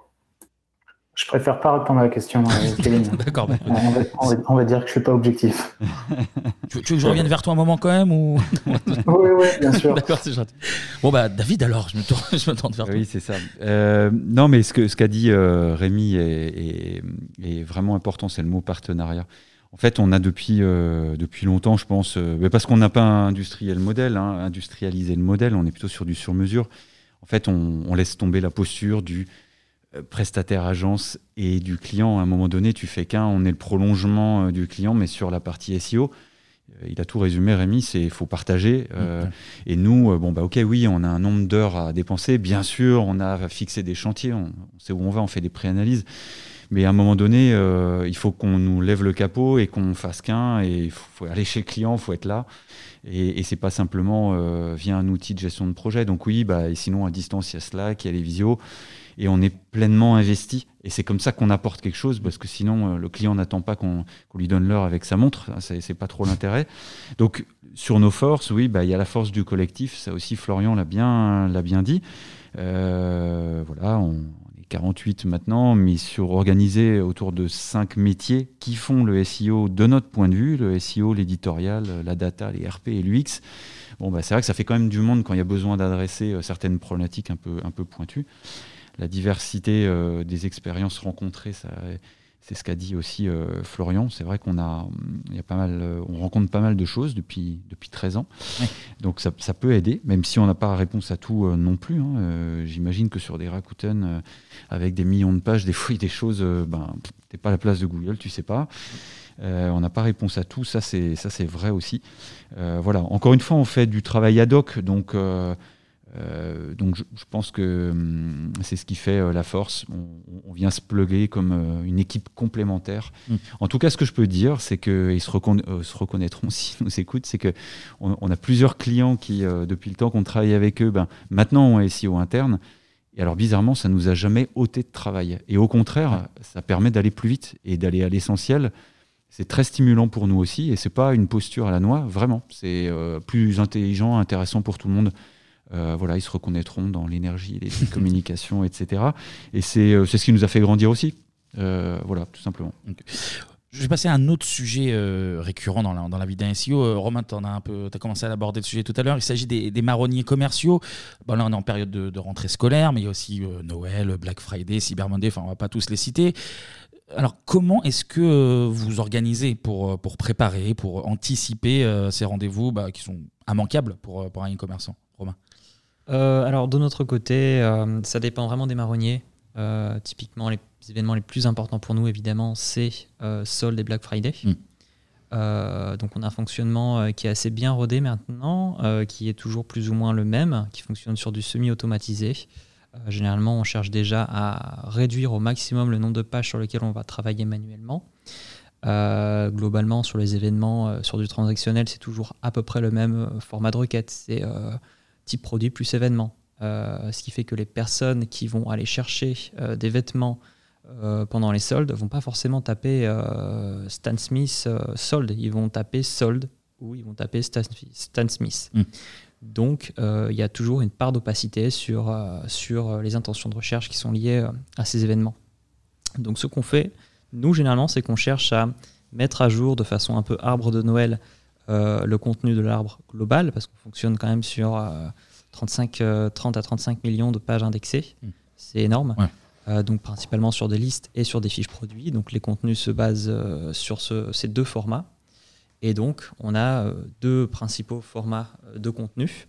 Je préfère pas répondre à la question, Kevin. D'accord. On va dire que je suis pas objectif. Tu veux que je revienne vers toi un moment quand même ou... Oui, bien sûr. D'accord, c'est gentil. Bon, David, alors, je me tourne vers toi. Oui, c'est ça. Non, mais ce qu'a dit Rémi est vraiment important, c'est le mot partenariat. En fait, on a depuis longtemps, je pense, parce qu'on n'a pas industrialisé le modèle, on est plutôt sur du sur-mesure. En fait, on laisse tomber la posture du prestataire agence et du client. À un moment donné, tu fais on est le prolongement du client, mais sur la partie SEO, il a tout résumé, Rémi, il faut partager. Et nous, ok, oui, on a un nombre d'heures à dépenser. Bien sûr, on a fixé des chantiers, on sait où on va, on fait des préanalyses. Mais à un moment donné, il faut qu'on nous lève le capot et qu'on fasse et il faut aller chez le client, il faut être là. Et c'est pas simplement via un outil de gestion de projet. Donc oui, et sinon, à distance, il y a Slack, il y a les visios. Et on est pleinement investi. Et c'est comme ça qu'on apporte quelque chose, parce que sinon, le client n'attend pas qu'on lui donne l'heure avec sa montre. C'est pas trop l'intérêt. Donc, sur nos forces, oui, il y a la force du collectif. Ça aussi, Florian l'a bien dit. On est 48 maintenant, mais organisé autour de 5 métiers qui font le SEO de notre point de vue, le SEO, l'éditorial, la data, les RP et l'UX. C'est vrai que ça fait quand même du monde quand il y a besoin d'adresser certaines problématiques un peu pointues. La diversité des expériences rencontrées, c'est ce qu'a dit aussi Florian. C'est vrai on rencontre pas mal de choses depuis 13 ans. Oui. Donc ça peut aider, même si on n'a pas réponse à tout non plus. J'imagine que sur des Rakuten avec des millions de pages, des fois il y a des choses, t'es pas à la place de Google, tu sais pas. On n'a pas réponse à tout, ça c'est vrai aussi. Voilà. Encore une fois, on fait du travail ad hoc, donc je pense que c'est ce qui fait la force. On vient se plugger comme une équipe complémentaire. En tout cas, ce que je peux dire, c'est qu'ils se reconnaîtront s'ils nous écoutent, c'est qu'on a plusieurs clients qui, depuis le temps qu'on travaille avec eux, maintenant ont un SEO interne. Et alors bizarrement, ça ne nous a jamais ôté de travail. Et au contraire, ça permet d'aller plus vite et d'aller à l'essentiel. C'est très stimulant pour nous aussi. Et ce n'est pas une posture à la noix, vraiment. C'est plus intelligent, intéressant pour tout le monde. Ils se reconnaîtront dans l'énergie, les communications, etc. Et c'est ce qui nous a fait grandir aussi. Tout simplement. Okay. Je vais passer à un autre sujet récurrent dans la vie d'un SEO. Romain, tu as commencé à aborder le sujet tout à l'heure. Il s'agit des marronniers commerciaux. Là, on est en période de rentrée scolaire, mais il y a aussi Noël, Black Friday, Cyber Monday. On ne va pas tous les citer. Alors, comment est-ce que vous organisez pour préparer, pour anticiper ces rendez-vous qui sont immanquables pour un e-commerçant, Romain? Alors, de notre côté, ça dépend vraiment des marronniers. Typiquement, les événements les plus importants pour nous, évidemment, c'est Solde et Black Friday. Donc, on a un fonctionnement qui est assez bien rodé maintenant, qui est toujours plus ou moins le même, qui fonctionne sur du semi-automatisé. Généralement, on cherche déjà à réduire au maximum le nombre de pages sur lesquelles on va travailler manuellement. Globalement, sur les événements, sur du transactionnel, c'est toujours à peu près le même format de requête. C'est type produit plus événement. Ce qui fait que les personnes qui vont aller chercher des vêtements pendant les soldes ne vont pas forcément taper Stan Smith solde. Ils vont taper solde ou ils vont taper Stan Smith. Donc, il y a toujours une part d'opacité sur les intentions de recherche qui sont liées à ces événements. Donc, ce qu'on fait, nous, généralement, c'est qu'on cherche à mettre à jour de façon un peu arbre de Noël le contenu de l'arbre global, parce qu'on fonctionne quand même sur 30 à 35 millions de pages indexées. C'est énorme. Ouais. Donc, principalement sur des listes et sur des fiches produits. Donc, les contenus se basent sur ces deux formats. Et donc, on a deux principaux formats de contenu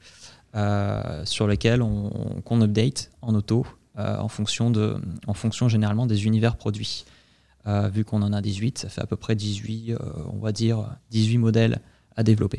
sur lesquels qu'on update en auto en fonction généralement des univers produits. Vu qu'on en a 18, ça fait à peu près 18 modèles à développer.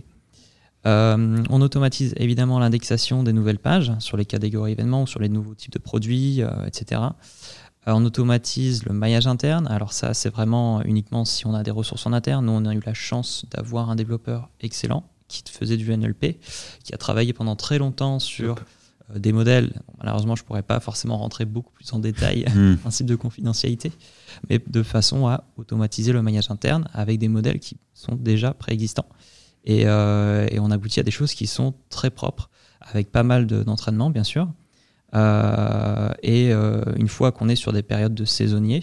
On automatise évidemment l'indexation des nouvelles pages sur les catégories événements ou sur les nouveaux types de produits, etc. On automatise le maillage interne. Alors ça, c'est vraiment uniquement si on a des ressources en interne. Nous, on a eu la chance d'avoir un développeur excellent qui faisait du NLP, qui a travaillé pendant très longtemps sur des modèles. Malheureusement, je ne pourrais pas forcément rentrer beaucoup plus en détail principe de confidentialité, mais de façon à automatiser le maillage interne avec des modèles qui sont déjà préexistants. Et on aboutit à des choses qui sont très propres, avec pas mal d'entraînement, bien sûr. Une fois qu'on est sur des périodes de saisonniers,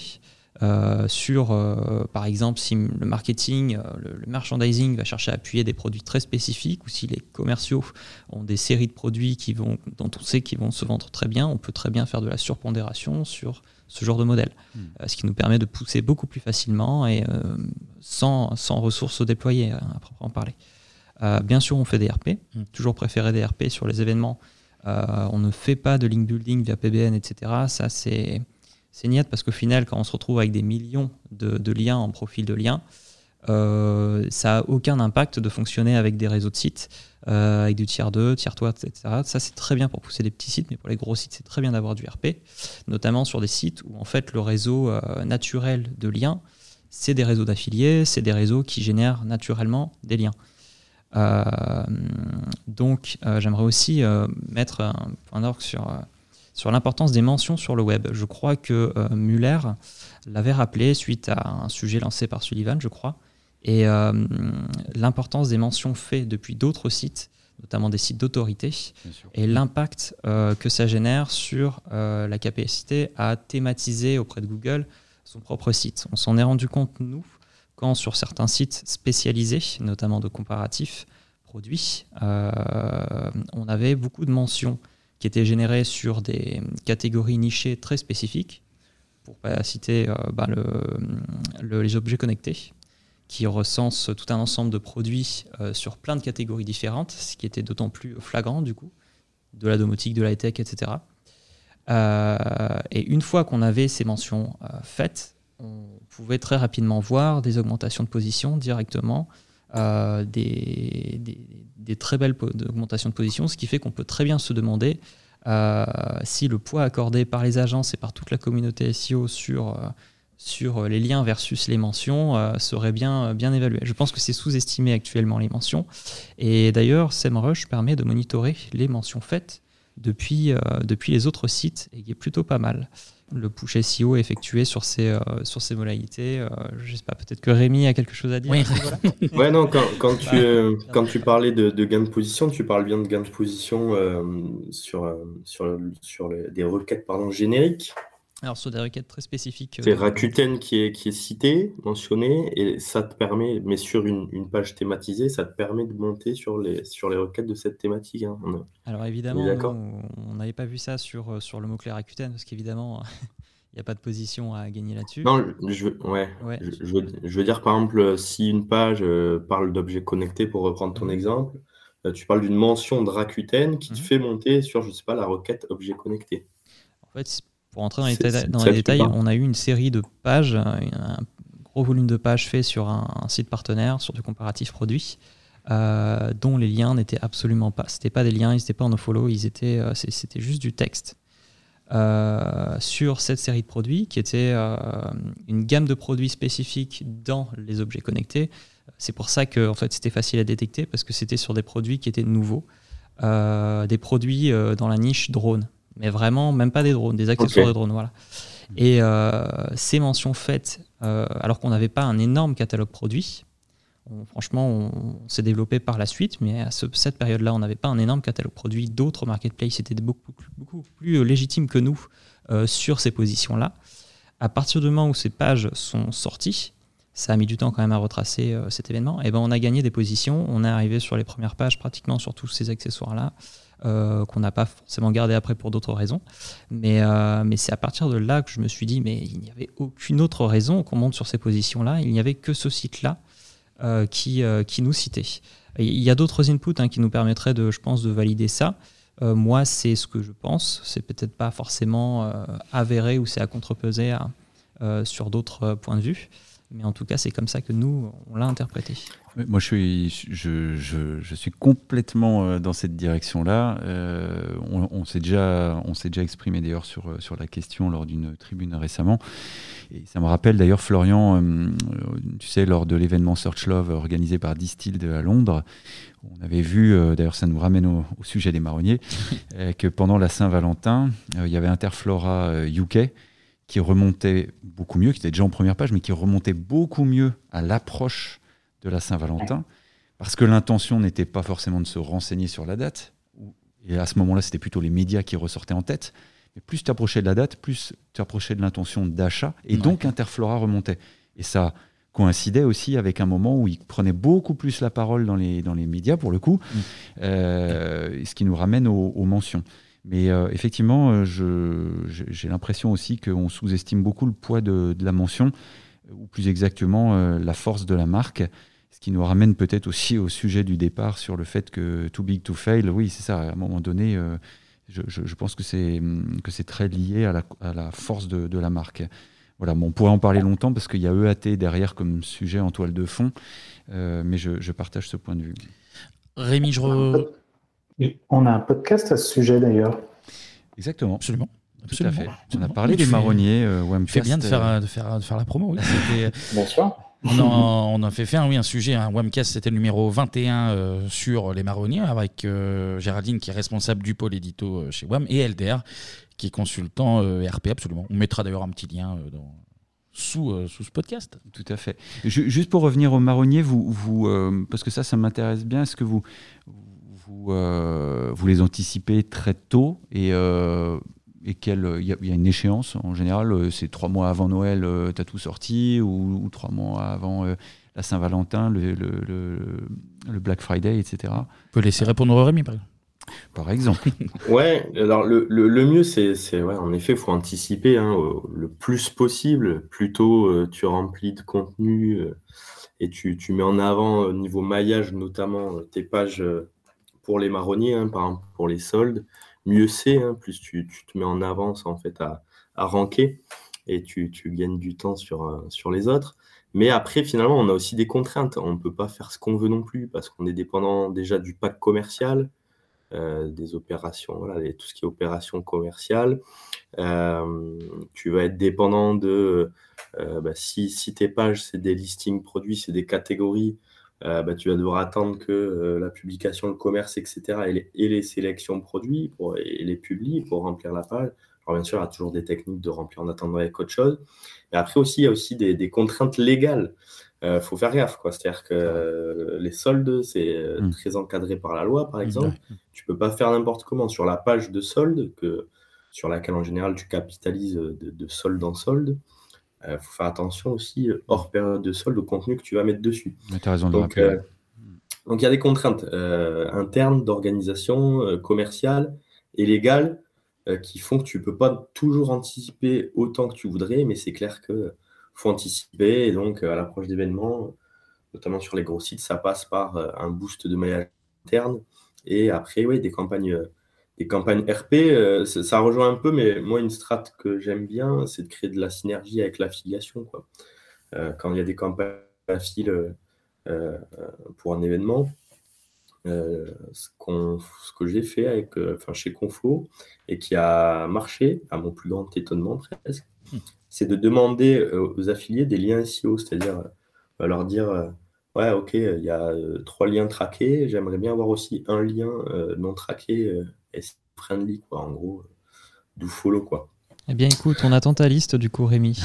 par exemple si le marketing, le merchandising va chercher à appuyer des produits très spécifiques, ou si les commerciaux ont des séries de produits dont on sait qu'ils vont se vendre très bien, on peut très bien faire de la surpondération sur ce genre de modèle, ce qui nous permet de pousser beaucoup plus facilement et sans ressources déployées à proprement parler. Bien sûr, on fait des RP, toujours préféré des RP sur les événements. On ne fait pas de link building via PBN, etc. Ça, c'est niette parce qu'au final, quand on se retrouve avec des millions de liens en profil de liens, ça n'a aucun impact de fonctionner avec des réseaux de sites, avec du tiers 2, tiers 3, etc. Ça, c'est très bien pour pousser des petits sites, mais pour les gros sites, c'est très bien d'avoir du RP, notamment sur des sites où en fait, le réseau naturel de liens, c'est des réseaux d'affiliés, c'est des réseaux qui génèrent naturellement des liens. Donc, j'aimerais aussi mettre un point d'orgue sur l'importance des mentions sur le web. Je crois que Muller l'avait rappelé suite à un sujet lancé par Sullivan, je crois, et l'importance des mentions faites depuis d'autres sites notamment des sites d'autorité, et l'impact que ça génère sur la capacité à thématiser auprès de Google son propre site. On s'en est rendu compte, nous, quand sur certains sites spécialisés, notamment de comparatifs produits, on avait beaucoup de mentions qui étaient générées sur des catégories nichées très spécifiques, pour pas citer les objets connectés, qui recense tout un ensemble de produits sur plein de catégories différentes, ce qui était d'autant plus flagrant du coup, de la domotique, de la high-tech, etc. Et une fois qu'on avait ces mentions faites, on pouvait très rapidement voir des augmentations de position directement, des très belles augmentations de position, ce qui fait qu'on peut très bien se demander si le poids accordé par les agences et par toute la communauté SEO sur les liens versus les mentions serait bien évalué. Je pense que c'est sous-estimé actuellement, les mentions. Et d'ailleurs, SEMrush permet de monitorer les mentions faites depuis les autres sites, et qui est plutôt pas mal. Le push SEO effectué sur ces modalités. Je ne sais pas, peut-être que Rémi a quelque chose à dire. Oui. Ouais, non, quand tu parlais de gain de position, tu parles bien de gain de position sur des requêtes génériques. Alors, sur des requêtes très spécifiques. C'est Rakuten qui est cité, mentionné, et ça te permet, mais sur une page thématisée, ça te permet de monter sur les requêtes de cette thématique. Hein. Alors évidemment, on n'avait pas vu ça sur le mot-clé Rakuten, parce qu'évidemment, il n'y a pas de position à gagner là-dessus. Non, je veux dire, par exemple, si une page parle d'objets connectés, pour reprendre ton exemple, tu parles d'une mention de Rakuten qui te fait monter sur, je sais pas, la requête objet connecté. En fait, pour entrer dans les détails, on a eu une série de pages, un gros volume de pages fait sur un site partenaire, sur du comparatif produit, dont les liens n'étaient absolument pas. C'était pas des liens, ils n'étaient pas en nofollow, c'était juste du texte. Sur cette série de produits, qui était une gamme de produits spécifiques dans les objets connectés. C'est pour ça que en fait, c'était facile à détecter, parce que c'était sur des produits qui étaient nouveaux, des produits dans la niche drone. Mais vraiment, même pas des drones, des accessoires de drones. Voilà. Et ces mentions faites, alors qu'on n'avait pas un énorme catalogue produit, on s'est développé par la suite, mais à cette période-là, on n'avait pas un énorme catalogue produit. D'autres marketplaces étaient beaucoup plus légitimes que nous sur ces positions-là. À partir du moment où ces pages sont sorties, ça a mis du temps quand même à retracer cet événement, et on a gagné des positions. On est arrivé sur les premières pages pratiquement sur tous ces accessoires-là, qu'on n'a pas forcément gardé après pour d'autres raisons. Mais c'est à partir de là que je me suis dit, mais il n'y avait aucune autre raison qu'on monte sur ces positions-là. Il n'y avait que ce site-là qui nous citait. Il y a d'autres inputs qui nous permettraient, je pense, de valider ça. Moi, c'est ce que je pense. C'est peut-être pas forcément avéré, ou c'est à contrepeser sur d'autres points de vue. Mais en tout cas, c'est comme ça que nous, on l'a interprété. Moi, je suis complètement dans cette direction-là. On s'est déjà exprimé d'ailleurs sur la question lors d'une tribune récemment. Et ça me rappelle d'ailleurs, Florian, tu sais, lors de l'événement Search Love organisé par Distilled à Londres, on avait vu, d'ailleurs ça nous ramène au sujet des marronniers, que pendant la Saint-Valentin, il y avait Interflora UK qui remontait beaucoup mieux, qui était déjà en première page, mais qui remontait beaucoup mieux à l'approche de la Saint-Valentin, parce que l'intention n'était pas forcément de se renseigner sur la date, et à ce moment-là, c'était plutôt les médias qui ressortaient en tête, mais plus tu approchais de la date, plus tu approchais de l'intention d'achat, et donc Interflora remontait. Et ça coïncidait aussi avec un moment où il prenait beaucoup plus la parole dans les médias, pour le coup, ce qui nous ramène aux mentions. Mais effectivement, j'ai l'impression aussi qu'on sous-estime beaucoup le poids de la mention, ou plus exactement la force de la marque, ce qui nous ramène peut-être aussi au sujet du départ sur le fait que too big to fail, oui, c'est ça, à un moment donné, je pense que c'est très lié à la force de la marque. Voilà, on pourrait en parler longtemps parce qu'il y a EAT derrière comme sujet en toile de fond, mais je partage ce point de vue. Rémi, On a un podcast à ce sujet d'ailleurs. Exactement. Absolument. Tout à fait. On a parlé des marronniers. Tu fais bien de faire la promo. Oui. Bien sûr. On a fait un sujet, un Webcast, c'était le numéro 21 sur les marronniers, avec Géraldine qui est responsable du pôle édito chez WAM, et LDR qui est consultant RP, absolument. On mettra d'ailleurs un petit lien sous ce podcast. Tout à fait. Juste pour revenir aux marronniers, vous parce que ça m'intéresse bien, est-ce que vous vous les anticipez très tôt et il y a une échéance en général, c'est 3 mois avant Noël, tu as tout sorti, ou 3 mois avant la Saint-Valentin, le Black Friday, etc. On peut laisser répondre Rémi, par exemple. Par exemple. Ouais, alors le mieux, c'est ouais, en effet, il faut anticiper le plus possible. Plutôt tu remplis de contenu et tu mets en avant au niveau maillage, notamment tes pages pour les marronniers, par exemple pour les soldes. Mieux c'est, plus tu te mets en avance en fait à ranker et tu gagnes du temps sur les autres. Mais après, finalement, on a aussi des contraintes. On ne peut pas faire ce qu'on veut non plus parce qu'on est dépendant déjà du pack commercial. Des opérations, voilà, tout ce qui est opération commerciale. Tu vas être dépendant de si tes pages c'est des listings produits, c'est des catégories, tu vas devoir attendre que la publication, le commerce, etc. et les sélections produits et les publis pour remplir la page. Alors bien sûr, il y a toujours des techniques de remplir en attendant avec autre chose. Mais après aussi, il y a aussi des contraintes légales. Faut faire gaffe, quoi. C'est-à-dire que les soldes, c'est très encadré par la loi, par exemple. Tu peux pas faire n'importe comment sur la page de solde, sur laquelle en général tu capitalises de solde en solde. Faut faire attention aussi, hors période de solde, au contenu que tu vas mettre dessus. Tu as raison de Donc il y a des contraintes internes d'organisation commerciale et légale qui font que tu peux pas toujours anticiper autant que tu voudrais, mais c'est clair que faut anticiper, et donc à l'approche d'événements, notamment sur les gros sites, ça passe par un boost de maillage interne, et après, oui, des campagnes RP, ça rejoint un peu, mais moi, une strat que j'aime bien, c'est de créer de la synergie avec l'affiliation, quoi. Quand il y a des campagnes d'affil pour un événement, ce que j'ai fait chez Confo, et qui a marché, à mon plus grand étonnement presque, c'est de demander aux affiliés des liens SEO, c'est-à-dire leur dire ouais, ok, il y a 3 liens traqués, j'aimerais bien avoir aussi un lien non traqué SEO friendly, quoi, en gros, do follow, quoi. Eh bien, écoute, on attend ta liste du coup, Rémi.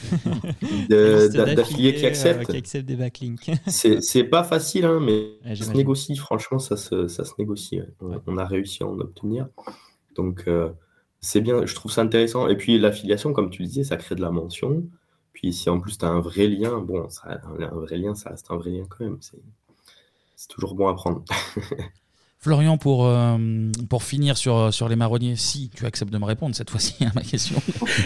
D'affiliés qui acceptent. Qui acceptent des backlinks. C'est pas facile, mais ouais, ça se négocie, franchement, ça se négocie. Ouais. On a réussi à en obtenir. Donc, c'est bien, je trouve ça intéressant. Et puis, l'affiliation, comme tu le disais, ça crée de la mention. Puis, si en plus, tu as un vrai lien, bon, un vrai lien, ça reste un vrai lien quand même. C'est toujours bon à prendre. Florian, pour finir sur les marronniers, si tu acceptes de me répondre cette fois-ci à ma question,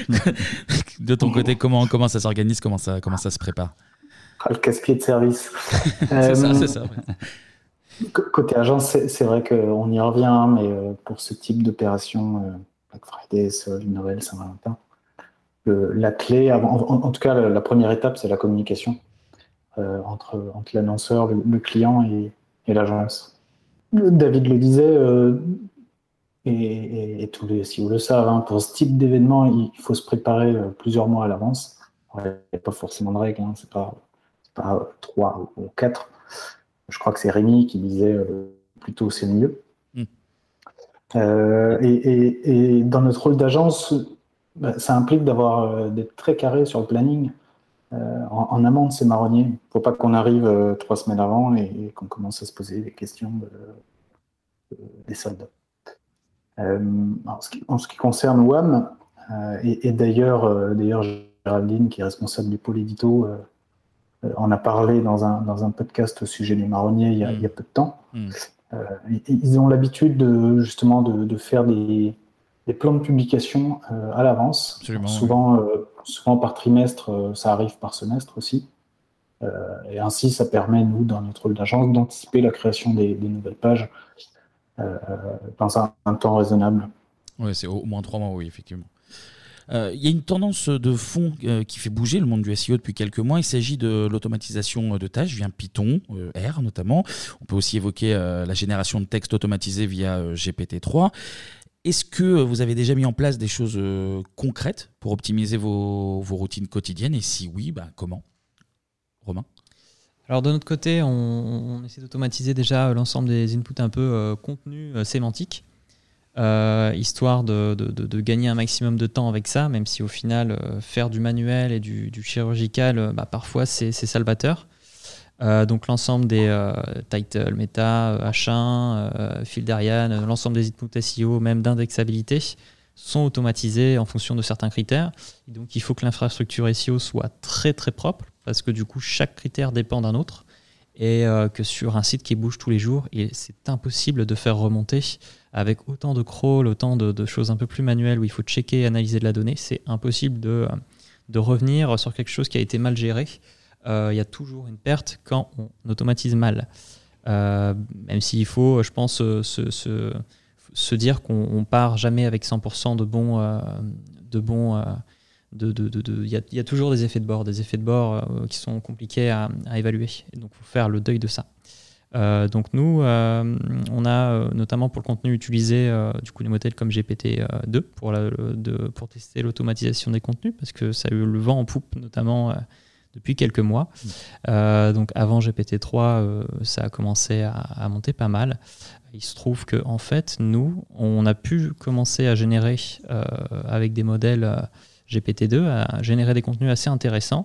de ton côté, comment ça s'organise, comment ça se prépare? Le casse-pied de service. C'est ça. Ouais. Côté agence, c'est vrai qu'on y revient, mais pour ce type d'opération, Black Friday, Noël, Saint-Valentin, la clé, en tout cas la première étape, c'est la communication entre l'annonceur, le client et l'agence. David le disait, et tous les SEO le savent, pour ce type d'événement, il faut se préparer plusieurs mois à l'avance. Il n'y a pas forcément de règles, c'est pas 3 ou 4. Je crois que c'est Rémi qui disait plutôt c'est mieux. Et dans notre rôle d'agence, ça implique d'être très carré sur le planning en amont de ces marronniers. Il ne faut pas qu'on arrive 3 semaines avant et qu'on commence à se poser des questions des soldes. En ce qui concerne WAM, et d'ailleurs Géraldine, qui est responsable du pôle édito, en a parlé dans un podcast au sujet des marronniers il y a peu de temps. Ils ont l'habitude justement de faire des plans de publication à l'avance. Absolument, souvent par trimestre, ça arrive par semestre aussi. Et ainsi, ça permet, nous, dans notre rôle d'agence, d'anticiper la création des nouvelles pages dans un temps raisonnable. Oui, c'est au moins 3 mois, oui, effectivement. Il y a une tendance de fond qui fait bouger le monde du SEO depuis quelques mois. Il s'agit de l'automatisation de tâches via Python, R notamment. On peut aussi évoquer la génération de texte automatisé via GPT-3. Est-ce que vous avez déjà mis en place des choses concrètes pour optimiser vos routines quotidiennes? Et si oui, comment? Romain? Alors de notre côté, on essaie d'automatiser déjà l'ensemble des inputs un peu contenus sémantiques. Histoire de gagner un maximum de temps avec ça, même si au final faire du manuel et du chirurgical, parfois c'est salvateur. Donc l'ensemble des titles, meta, H1, fil d'Ariane, l'ensemble des inputs SEO, même d'indexabilité, sont automatisés en fonction de certains critères. Et donc il faut que l'infrastructure SEO soit très très propre, parce que du coup chaque critère dépend d'un autre, et que sur un site qui bouge tous les jours, c'est impossible de faire remonter avec autant de crawl, autant de choses un peu plus manuelles où il faut checker et analyser de la donnée. C'est impossible de revenir sur quelque chose qui a été mal géré. Il y a toujours une perte quand on automatise mal. Même s'il faut, je pense, se dire qu'on part jamais avec 100% de bons... Il y a toujours des effets de bord qui sont compliqués à évaluer. Et donc, il faut faire le deuil de ça. Donc nous, on a notamment pour le contenu utilisé du coup les modèles comme GPT-2 pour tester l'automatisation des contenus, parce que ça a eu le vent en poupe notamment depuis quelques mois. Donc avant GPT-3, ça a commencé à monter pas mal. Il se trouve que en fait, nous, on a pu commencer à générer avec des modèles GPT-2 à générer des contenus assez intéressants.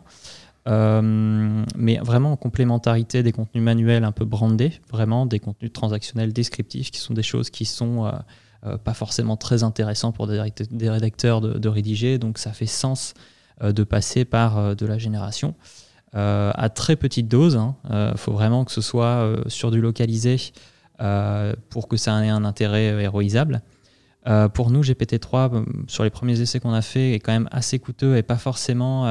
Mais vraiment en complémentarité des contenus manuels un peu brandés, vraiment des contenus transactionnels descriptifs qui sont des choses qui sont pas forcément très intéressants pour des rédacteurs de rédiger, donc ça fait sens de passer par de la génération à très petite dose. Faut vraiment que ce soit sur du localisé pour que ça ait un intérêt héroïsable. Pour nous, GPT-3, sur les premiers essais qu'on a fait, est quand même assez coûteux et pas forcément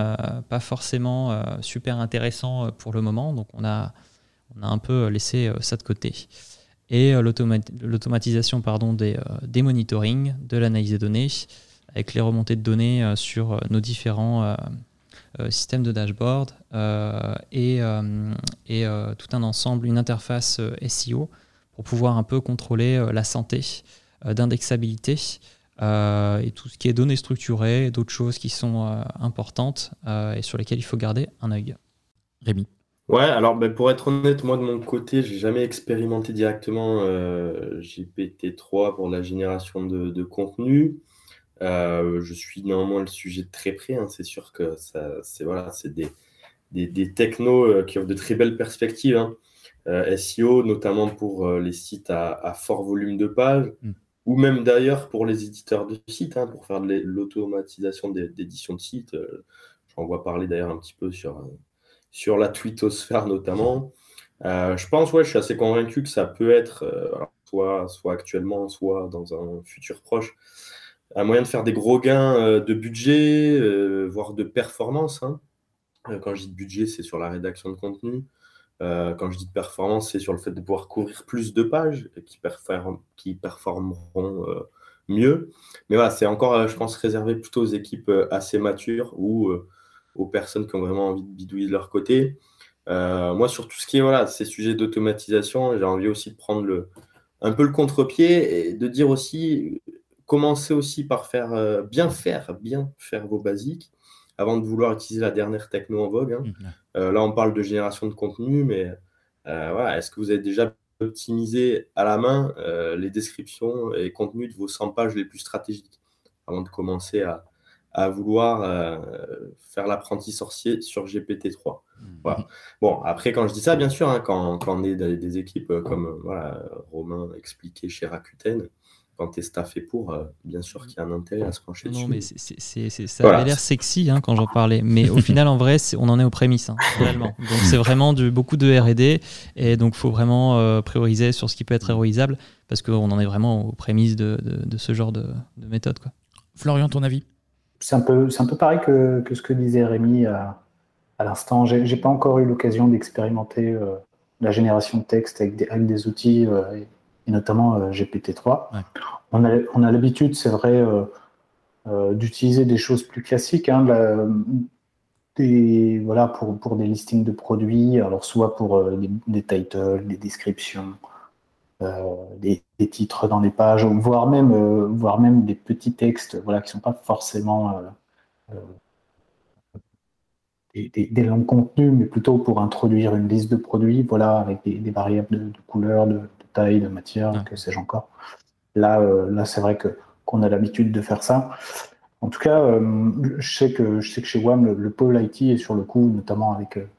super intéressant pour le moment. Donc on a un peu laissé ça de côté. Et l'automatisation des monitorings, de l'analyse des données, avec les remontées de données sur nos différents systèmes de dashboard et tout un ensemble, une interface SEO pour pouvoir un peu contrôler la santé d'indexabilité et tout ce qui est données structurées, d'autres choses qui sont importantes et sur lesquelles il faut garder un œil. Rémi. Ouais, alors pour être honnête, moi de mon côté, j'ai jamais expérimenté directement GPT-3 pour la génération de contenu. Je suis néanmoins le sujet de très près. C'est sûr que c'est des technos qui offrent de très belles perspectives. SEO, notamment pour les sites à fort volume de pages, ou même d'ailleurs pour les éditeurs de sites, pour faire de l'automatisation d'édition de sites. J'en vois parler d'ailleurs un petit peu sur la twittosphère notamment. Je pense, je suis assez convaincu que ça peut être, soit actuellement, soit dans un futur proche, un moyen de faire des gros gains de budget, voire de performance. Quand je dis de budget, c'est sur la rédaction de contenu. Quand je dis de performance, c'est sur le fait de pouvoir couvrir plus de pages qui performeront mieux. Mais voilà, c'est encore, je pense, réservé plutôt aux équipes assez matures ou aux personnes qui ont vraiment envie de bidouiller de leur côté. Moi, sur tout ce qui est ces sujets d'automatisation, j'ai envie aussi de prendre un peu le contre-pied et de dire aussi, commencez aussi par bien faire vos basiques avant de vouloir utiliser la dernière techno en vogue. Là, on parle de génération de contenu, mais est-ce que vous avez déjà optimisé à la main les descriptions et contenus de vos 100 pages les plus stratégiques avant de commencer à vouloir faire l'apprenti sorcier sur GPT-3. Voilà. Bon, après, quand je dis ça, bien sûr, quand on est des équipes comme Romain expliqué chez Rakuten, quand tu es staffé pour, bien sûr qu'il y a un intérêt à se pencher dessus. Non, mais ça avait l'air sexy quand j'en parlais. Mais au final, en vrai, on en est aux prémices, réellement. Donc, c'est vraiment beaucoup de R&D. Et donc, il faut vraiment prioriser sur ce qui peut être héroïsable parce qu'on en est vraiment aux prémices de ce genre de méthode, quoi. Florian, ton avis ? C'est un peu pareil que ce que disait Rémi à l'instant. J'ai pas encore eu l'occasion d'expérimenter la génération de texte avec des outils et notamment GPT-3. Ouais. On a l'habitude, c'est vrai, d'utiliser des choses plus classiques, pour des listings de produits, alors soit pour des titles, des descriptions, des titres dans les pages, voire même des petits textes, qui ne sont pas forcément des longs contenus, mais plutôt pour introduire une liste de produits, avec des variables de couleur, de taille, de matière, que sais-je encore. Là, c'est vrai qu'on a l'habitude de faire ça. En tout cas, je sais que chez WAM, le pôle IT est sur le coup, notamment avec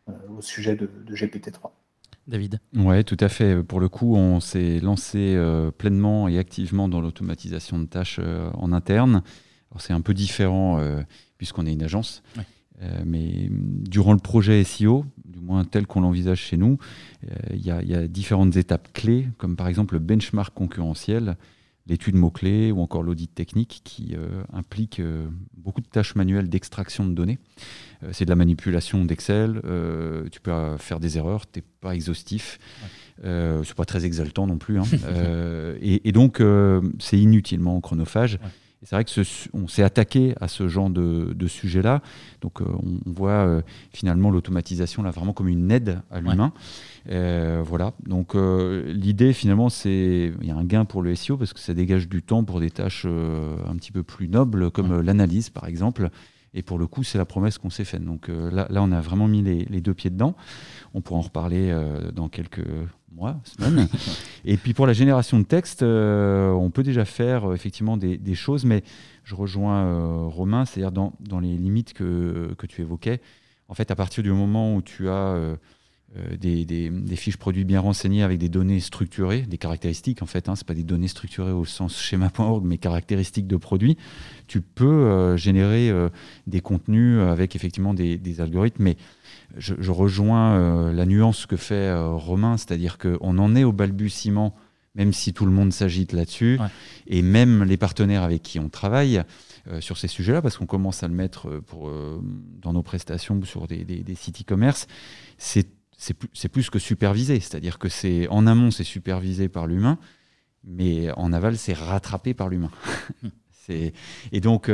au sujet de GPT-3. David. Ouais, tout à fait. Pour le coup, on s'est lancé pleinement et activement dans l'automatisation de tâches en interne. Alors, c'est un peu différent puisqu'on est une agence. Ouais. Mais durant le projet SEO, du moins tel qu'on l'envisage chez nous, il y a différentes étapes clés, comme par exemple le benchmark concurrentiel, l'étude mots-clés ou encore l'audit technique qui implique beaucoup de tâches manuelles d'extraction de données. C'est de la manipulation d'Excel, tu peux faire des erreurs, tu n'es pas exhaustif, c'est pas très exaltant non plus. Hein. Et donc, c'est inutilement chronophage. Ouais. Et c'est vrai qu'on s'est attaqué à ce genre de sujet-là. Donc, on voit finalement l'automatisation là, vraiment comme une aide à l'humain. Ouais. Voilà. Donc, l'idée, finalement, il y a un gain pour le SEO parce que ça dégage du temps pour des tâches un petit peu plus nobles, comme l'analyse, par exemple. Et pour le coup, c'est la promesse qu'on s'est faite. Donc là, on a vraiment mis les deux pieds dedans. On pourra en reparler dans quelques mois, semaines. Et puis pour la génération de texte, on peut déjà faire effectivement des choses, mais je rejoins Romain, c'est-à-dire dans les limites que tu évoquais. En fait, à partir du moment où tu as des fiches produits bien renseignées avec des données structurées, des caractéristiques en fait, hein, c'est pas des données structurées au sens schéma.org, mais caractéristiques de produits, tu peux générer des contenus avec effectivement des algorithmes. Mais je rejoins la nuance que fait Romain, c'est-à-dire qu'on en est au balbutiement, même si tout le monde s'agite là-dessus, et même les partenaires avec qui on travaille sur ces sujets-là, parce qu'on commence à le mettre dans nos prestations sur des sites e-commerce, c'est plus que supervisé, c'est-à-dire que en amont, c'est supervisé par l'humain, mais en aval, c'est rattrapé par l'humain. Et donc,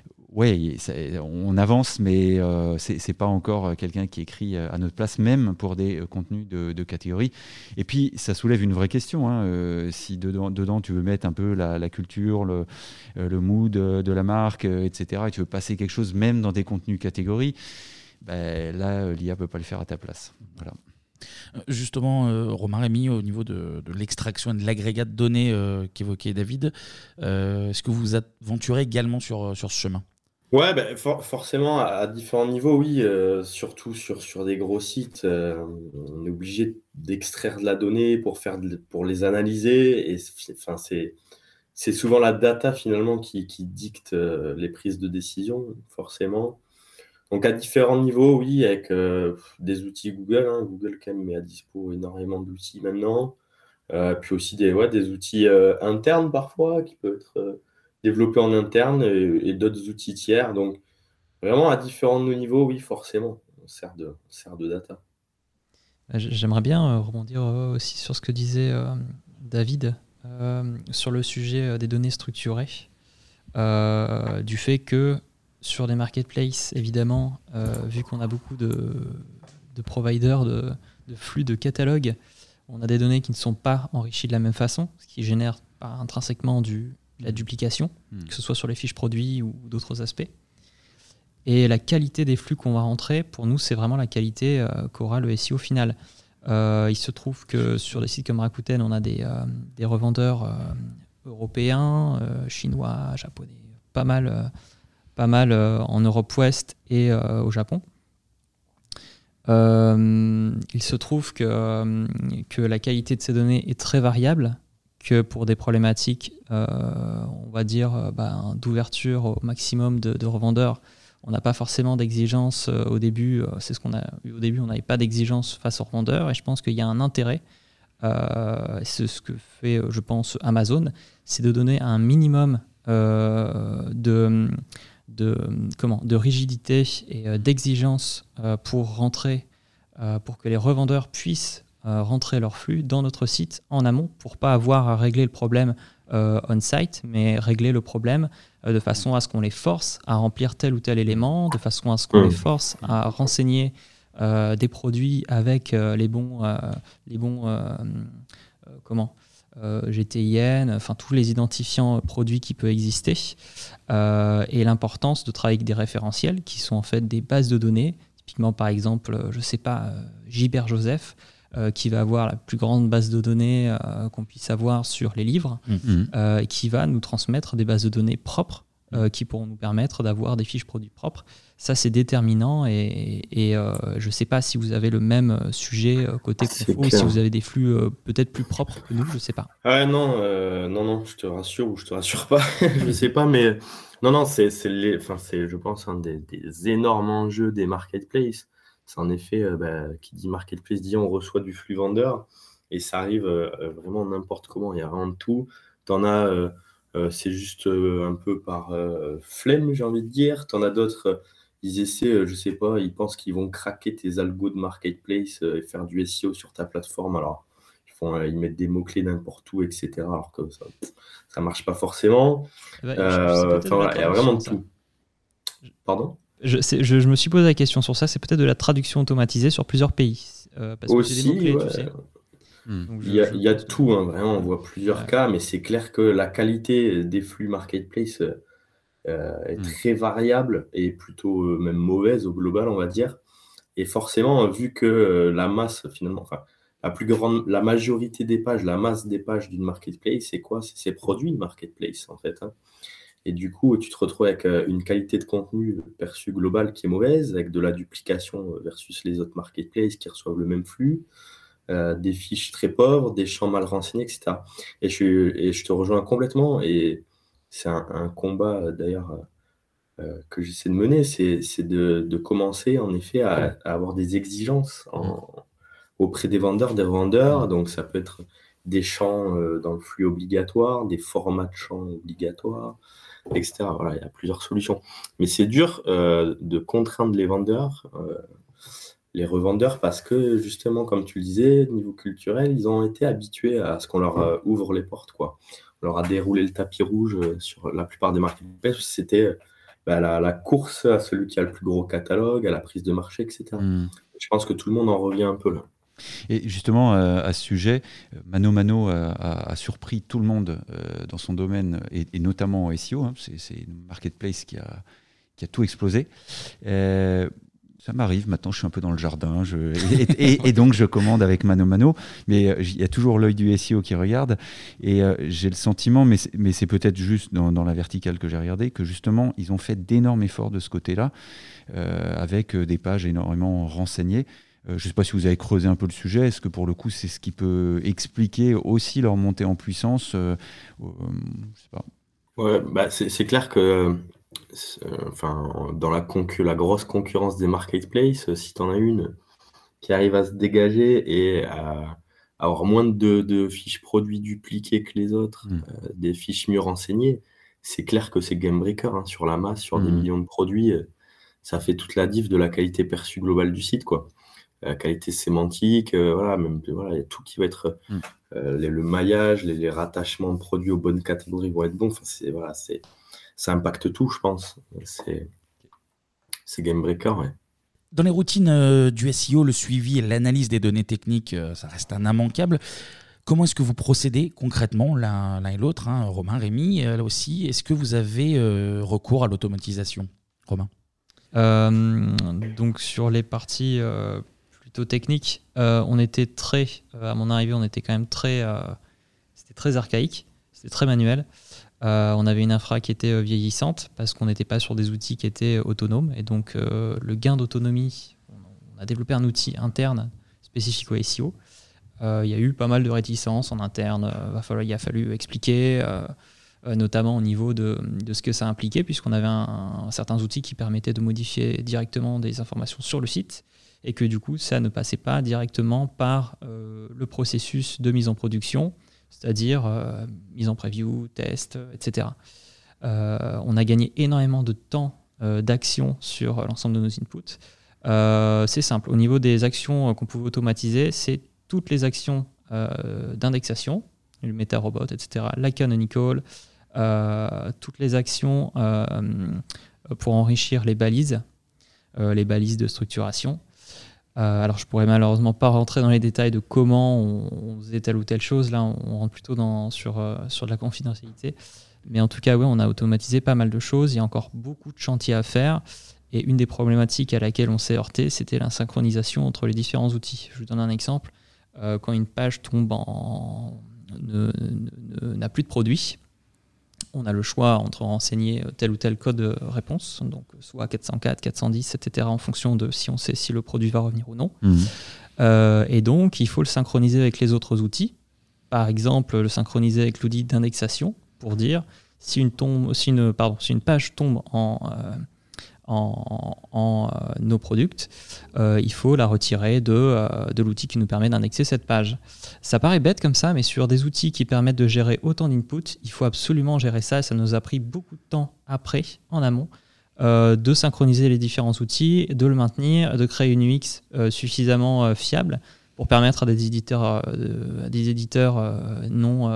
on avance, mais c'est pas encore quelqu'un qui écrit à notre place, même pour des contenus de catégorie. Et puis, ça soulève une vraie question. Hein, si dedans, tu veux mettre un peu la culture, le mood de la marque, etc., et tu veux passer quelque chose, même dans des contenus catégories, là, l'IA ne peut pas le faire à ta place. Voilà. Justement, Romain Rémy, au niveau de l'extraction et de l'agrégat de données qu'évoquait David, est-ce que vous vous aventurez également sur ce chemin ? Ouais, forcément, à différents niveaux, oui. Surtout sur des gros sites, on est obligé d'extraire de la donnée pour les analyser. Et c'est souvent la data, finalement, qui dicte les prises de décision, forcément. Donc à différents niveaux, oui, avec des outils Google. Hein. Google quand même met à dispo énormément d'outils maintenant. Puis aussi des outils internes parfois qui peuvent être développés en interne et d'autres outils tiers. Donc vraiment à différents niveaux, oui, forcément, on sert de data. J'aimerais bien rebondir aussi sur ce que disait David sur le sujet des données structurées, du fait que sur des marketplaces, évidemment, vu qu'on a beaucoup de providers, de flux, de catalogues, on a des données qui ne sont pas enrichies de la même façon, ce qui génère intrinsèquement de la duplication, que ce soit sur les fiches produits ou d'autres aspects. Et la qualité des flux qu'on va rentrer, pour nous, c'est vraiment la qualité qu'aura le SEO final. Il se trouve que sur des sites comme Rakuten, on a des revendeurs européens, chinois, japonais, pas mal en Europe Ouest et au Japon. Il se trouve que la qualité de ces données est très variable, que pour des problématiques, on va dire, d'ouverture au maximum de revendeurs, on n'a pas forcément d'exigence au début. C'est ce qu'on a eu au début, on n'avait pas d'exigence face aux revendeurs, et je pense qu'il y a un intérêt. C'est ce que fait, je pense, Amazon, c'est de donner un minimum de rigidité et d'exigence pour rentrer, pour que les revendeurs puissent rentrer leur flux dans notre site en amont, pour pas avoir à régler le problème on-site, mais régler le problème de façon à ce qu'on les force à remplir tel ou tel élément, de façon à ce qu'on les force à renseigner des produits avec les bons GTIN, enfin tous les identifiants produits qui peuvent exister, et l'importance de travailler avec des référentiels qui sont en fait des bases de données, typiquement par exemple, Gilbert Joseph, qui va avoir la plus grande base de données qu'on puisse avoir sur les livres, qui va nous transmettre des bases de données propres qui pourront nous permettre d'avoir des fiches produits propres. Ça, c'est déterminant et je ne sais pas si vous avez le même sujet côté confo, ou si vous avez des flux peut-être plus propres que nous, je ne sais pas. Ah non, je te rassure ou je te rassure pas, je ne sais pas, mais non, c'est je pense, un des énormes enjeux des marketplaces. C'est en effet, qui dit marketplace dit on reçoit du flux vendeur et ça arrive vraiment n'importe comment, il y a vraiment de tout. T'en as, c'est juste un peu par flemme, j'ai envie de dire. T'en as d'autres, ils essaient, je sais pas, ils pensent qu'ils vont craquer tes algos de marketplace et faire du SEO sur ta plateforme. Alors, ils mettent des mots-clés n'importe où, etc. Alors que ça marche pas forcément. Il y a vraiment de tout. Pardon ? Je me suis posé la question sur ça, c'est peut-être de la traduction automatisée sur plusieurs pays. Parce aussi, que c'est des mots-clés, tu sais. Donc il y a tout, hein, vraiment, on voit plusieurs cas, mais c'est clair que la qualité des flux marketplace est très variable et plutôt même mauvaise au global, on va dire. Et forcément, vu que la masse, finalement, la majorité des pages, la masse des pages d'une marketplace, c'est quoi ? C'est ses produits marketplace, en fait. Hein. Et du coup, tu te retrouves avec une qualité de contenu perçue globale qui est mauvaise, avec de la duplication versus les autres marketplaces qui reçoivent le même flux, des fiches très pauvres, des champs mal renseignés, etc. Et je te rejoins complètement. Et c'est un combat, d'ailleurs, que j'essaie de mener, c'est de commencer, en effet, à avoir des exigences auprès des vendeurs, des revendeurs. Donc, ça peut être des champs dans le flux obligatoire, des formats de champs obligatoires, etc. Voilà, il y a plusieurs solutions. Mais c'est dur de contraindre les vendeurs, les revendeurs, parce que justement, comme tu le disais, au niveau culturel, ils ont été habitués à ce qu'on leur ouvre les portes, quoi. On leur a déroulé le tapis rouge sur la plupart des marketplaces. C'était la course à celui qui a le plus gros catalogue, à la prise de marché, etc. Je pense que tout le monde en revient un peu là. Et justement, à ce sujet, Mano a surpris tout le monde dans son domaine, et notamment en SEO. Hein, c'est une marketplace qui a tout explosé. Ça m'arrive, maintenant je suis un peu dans le jardin, et donc je commande avec Mano, mais il y a toujours l'œil du SEO qui regarde, et j'ai le sentiment, mais c'est peut-être juste dans la verticale que j'ai regardé, que justement ils ont fait d'énormes efforts de ce côté-là, avec des pages énormément renseignées. Je ne sais pas si vous avez creusé un peu le sujet, est-ce que pour le coup c'est ce qui peut expliquer aussi leur montée en puissance je sais pas. Ouais, c'est clair que dans la grosse concurrence des marketplaces, si tu en as une qui arrive à se dégager et à avoir moins de fiches produits dupliquées que les autres, des fiches mieux renseignées, c'est clair que c'est game breaker, hein, sur la masse, sur des millions de produits, ça fait toute la diff de la qualité perçue globale du site, quoi. La qualité sémantique, il y a tout qui va être le maillage, les rattachements de produits aux bonnes catégories vont être bons. Ça impacte tout, je pense. C'est game breaker, ouais. Dans les routines du SEO, le suivi et l'analyse des données techniques, ça reste un immanquable. Comment est-ce que vous procédez concrètement l'un et l'autre, hein, Romain, Rémi, là aussi? Est-ce que vous avez recours à l'automatisation, Romain? Donc sur les parties plutôt techniques, on était à mon arrivée, on était quand même c'était très archaïque, c'était très manuel. On avait une infra qui était vieillissante parce qu'on n'était pas sur des outils qui étaient autonomes. Et donc, le gain d'autonomie, on a développé un outil interne spécifique au SEO. Il y a eu pas mal de réticences en interne. Il a fallu expliquer, notamment au niveau de ce que ça impliquait, puisqu'on avait certains outils qui permettaient de modifier directement des informations sur le site et que du coup, ça ne passait pas directement par le processus de mise en production, c'est-à-dire mise en preview, test, etc. On a gagné énormément de temps d'action sur l'ensemble de nos inputs. C'est simple, au niveau des actions qu'on pouvait automatiser, c'est toutes les actions d'indexation, le MetaRobot, etc., la canonical, toutes les actions pour enrichir les balises de structuration. Alors je pourrais malheureusement pas rentrer dans les détails de comment on faisait telle ou telle chose. Là, on rentre plutôt sur de la confidentialité. Mais en tout cas, oui, on a automatisé pas mal de choses. Il y a encore beaucoup de chantiers à faire. Et une des problématiques à laquelle on s'est heurté, c'était la synchronisation entre les différents outils. Je vous donne un exemple. Quand une page tombe n'a plus de produit, on a le choix entre renseigner tel ou tel code réponse, donc soit 404, 410, etc., en fonction de si on sait si le produit va revenir ou non. Et donc, il faut le synchroniser avec les autres outils. Par exemple, le synchroniser avec l'outil d'indexation pour dire si une page tombe en no product, il faut la retirer de l'outil qui nous permet d'indexer cette page. Ça paraît bête comme ça, mais sur des outils qui permettent de gérer autant d'inputs, il faut absolument gérer ça. Et ça nous a pris beaucoup de temps après, en amont, de synchroniser les différents outils, de le maintenir, de créer une UX suffisamment fiable pour permettre à des éditeurs non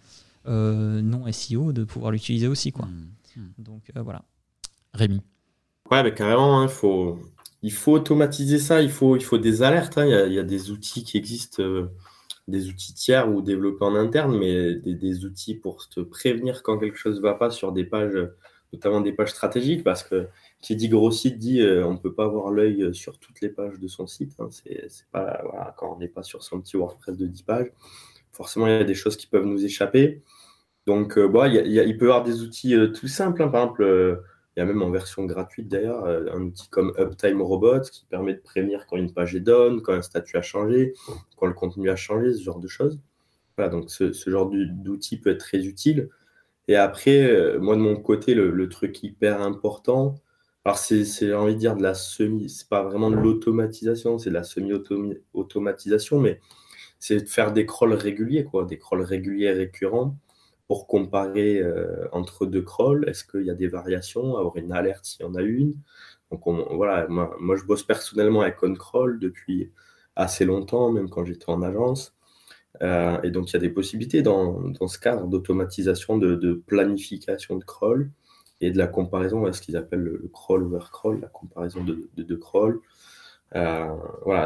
SEO de pouvoir l'utiliser aussi, quoi. Donc voilà. Rémi. Ouais, mais carrément, hein, il faut automatiser ça, il faut des alertes, hein. Il y a des outils qui existent, des outils tiers ou développés en interne, mais des outils pour te prévenir quand quelque chose ne va pas sur des pages, notamment des pages stratégiques, parce que qui dit gros site dit on ne peut pas avoir l'œil sur toutes les pages de son site, hein. C'est pas, voilà, quand on n'est pas sur son petit WordPress de 10 pages, forcément il y a des choses qui peuvent nous échapper. Donc il peut y avoir des outils tout simples, hein. Par exemple, il y a même en version gratuite d'ailleurs, un outil comme Uptime Robot qui permet de prévenir quand une page est down, quand un statut a changé, quand le contenu a changé, ce genre de choses. Voilà, donc ce genre d'outil peut être très utile. Et après, moi de mon côté, le truc hyper important, alors j'ai envie de dire c'est pas vraiment de l'automatisation, c'est de la semi-automatisation, mais c'est de faire des crawls réguliers, quoi, des crawls réguliers et récurrents pour comparer entre deux crawls. Est-ce qu'il y a des variations, avoir une alerte s'il y en a une. Donc voilà, moi je bosse personnellement avec OnCrawl depuis assez longtemps, même quand j'étais en agence. Et donc il y a des possibilités dans ce cadre d'automatisation, de planification de crawl et de la comparaison à ce qu'ils appellent le crawl over crawl, la comparaison de deux crawls. Voilà,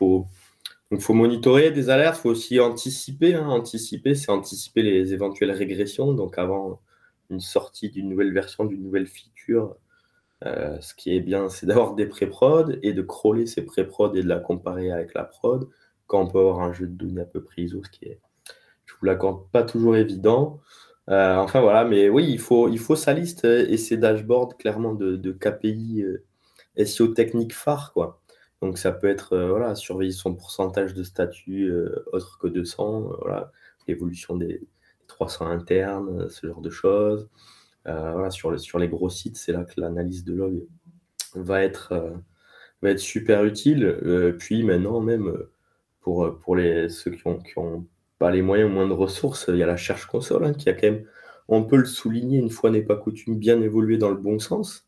il faut monitorer des alertes, il faut aussi anticiper, hein. Anticiper, c'est anticiper les éventuelles régressions. Donc avant une sortie d'une nouvelle version, d'une nouvelle feature, ce qui est bien, c'est d'avoir des pré-prod et de crawler ces pré-prod et de la comparer avec la prod quand on peut avoir un jeu de données à peu près ISO, ce qui est, je vous l'accorde, pas toujours évident. Enfin voilà, mais oui, il faut sa liste et ses dashboards clairement de KPI SEO technique phare, quoi. Donc ça peut être voilà, surveiller son pourcentage de statut autre que 200, voilà, l'évolution des 300 internes, ce genre de choses. Voilà, sur les gros sites, c'est là que l'analyse de log va être super utile. Puis maintenant, même pour ceux qui ont pas les moyens ou moins de ressources, il y a la Search Console, hein, qui a quand même, on peut le souligner, une fois n'est pas coutume, bien évolué dans le bon sens.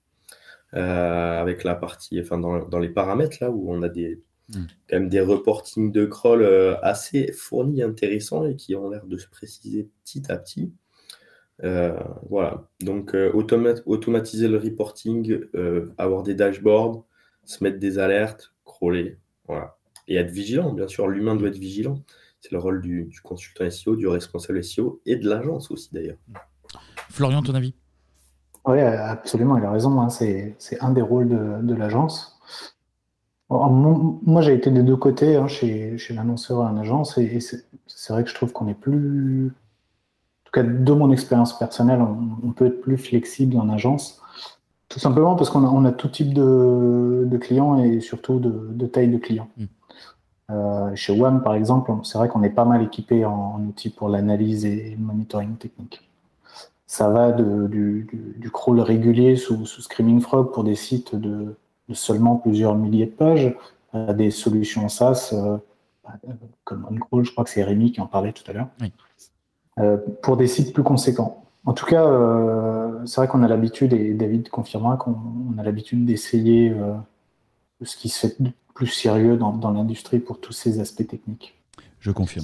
Avec la partie, enfin dans les paramètres là où on a quand même des reportings de crawl assez fournis, intéressants et qui ont l'air de se préciser petit à petit. Voilà, donc automatiser le reporting, avoir des dashboards, se mettre des alertes, crawler, voilà, et être vigilant. Bien sûr, l'humain doit être vigilant. C'est le rôle du consultant SEO, du responsable SEO et de l'agence aussi d'ailleurs. Florian, ton avis ? Oui, absolument, il a raison, hein. C'est un des rôles de l'agence. Alors, moi, j'ai été des deux côtés, hein, chez l'annonceur et en agence, et c'est vrai que je trouve qu'on est plus... En tout cas, de mon expérience personnelle, on peut être plus flexible en agence, tout simplement parce qu'on a tout type de clients et surtout de taille de clients. Chez WAM, par exemple, c'est vrai qu'on est pas mal équipé en outils pour l'analyse et le monitoring technique. Ça va du crawl régulier sous Screaming Frog pour des sites de seulement plusieurs milliers de pages, à des solutions SaaS, comme OnCrawl, je crois que c'est Rémi qui en parlait tout à l'heure, oui. Pour des sites plus conséquents. En tout cas, c'est vrai qu'on a l'habitude, et David confirmera qu'on a l'habitude d'essayer ce qui se fait de plus sérieux dans l'industrie pour tous ces aspects techniques. Je confirme.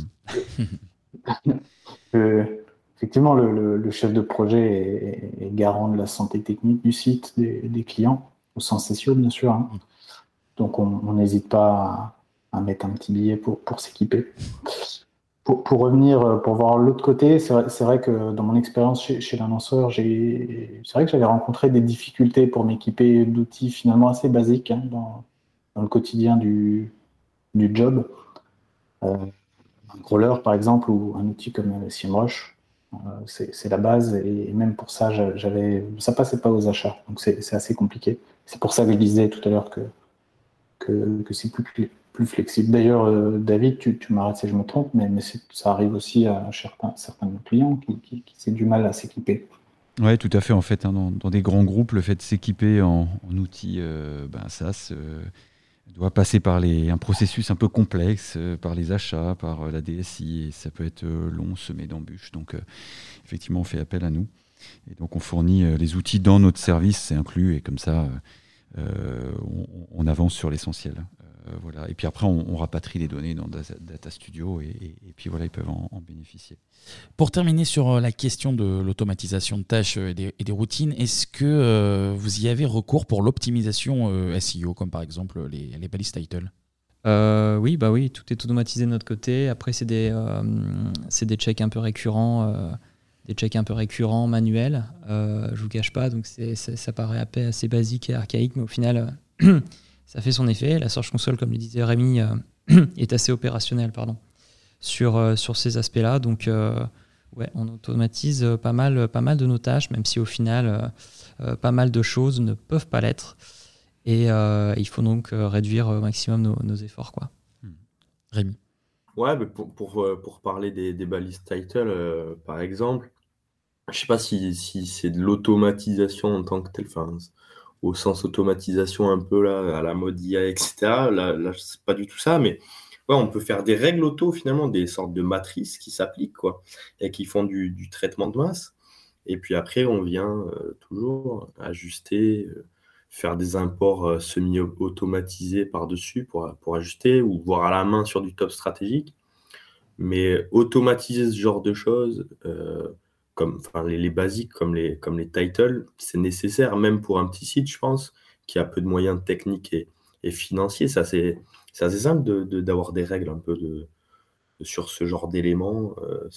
Effectivement, le chef de projet est garant de la santé technique du site, des clients, au sens SEO bien sûr, hein. Donc on n'hésite pas à mettre un petit billet pour s'équiper. Pour revenir, pour voir l'autre côté, c'est vrai que dans mon expérience chez l'annonceur, c'est vrai que j'avais rencontré des difficultés pour m'équiper d'outils finalement assez basiques, hein, dans le quotidien du job. Un crawler par exemple, ou un outil comme SEMrush. C'est la base, et même pour ça, ça passait pas aux achats, donc c'est assez compliqué. C'est pour ça que je disais tout à l'heure que c'est plus flexible. D'ailleurs, David, tu m'arrêtes si je me trompe, mais ça arrive aussi à certains de nos clients qui ont du mal à s'équiper. Oui, tout à fait. En fait, dans des grands groupes, le fait de s'équiper en outils SaaS doit passer par un processus un peu complexe, par les achats, par la DSI, et ça peut être long, semé d'embûches. Donc, effectivement, on fait appel à nous. Et donc, on fournit les outils dans notre service, c'est inclus, et comme ça, on avance sur l'essentiel. Voilà. Et puis après, on rapatrie les données dans Data Studio, et puis voilà, ils peuvent en bénéficier. Pour terminer sur la question de l'automatisation de tâches et des routines, est-ce que vous y avez recours pour l'optimisation SEO, comme par exemple les balises title? Oui, tout est automatisé de notre côté. Après, c'est des checks un peu récurrents, manuels. Je vous cache pas, donc ça paraît assez basique et archaïque, mais au final, ça fait son effet. La Search Console, comme le disait Rémi, est assez opérationnelle, sur ces aspects-là. Donc, on automatise pas mal de nos tâches, même si au final, pas mal de choses ne peuvent pas l'être. Et il faut donc réduire au maximum nos efforts, quoi. Rémi. Ouais, mais pour parler des balises title, par exemple, je sais pas si c'est de l'automatisation en tant que telle, au sens automatisation un peu là, à la mode IA, etc. Là c'est pas du tout ça, mais ouais, on peut faire des règles auto, finalement, des sortes de matrices qui s'appliquent, quoi, et qui font du traitement de masse. Et puis après, on vient toujours ajuster, faire des imports semi-automatisés par-dessus pour ajuster, ou voir à la main sur du top stratégique. Mais automatiser ce genre de choses, comme les basiques, comme les titles, c'est nécessaire, même pour un petit site, je pense, qui a peu de moyens techniques et financiers. C'est assez simple d'avoir des règles un peu sur ce genre d'éléments,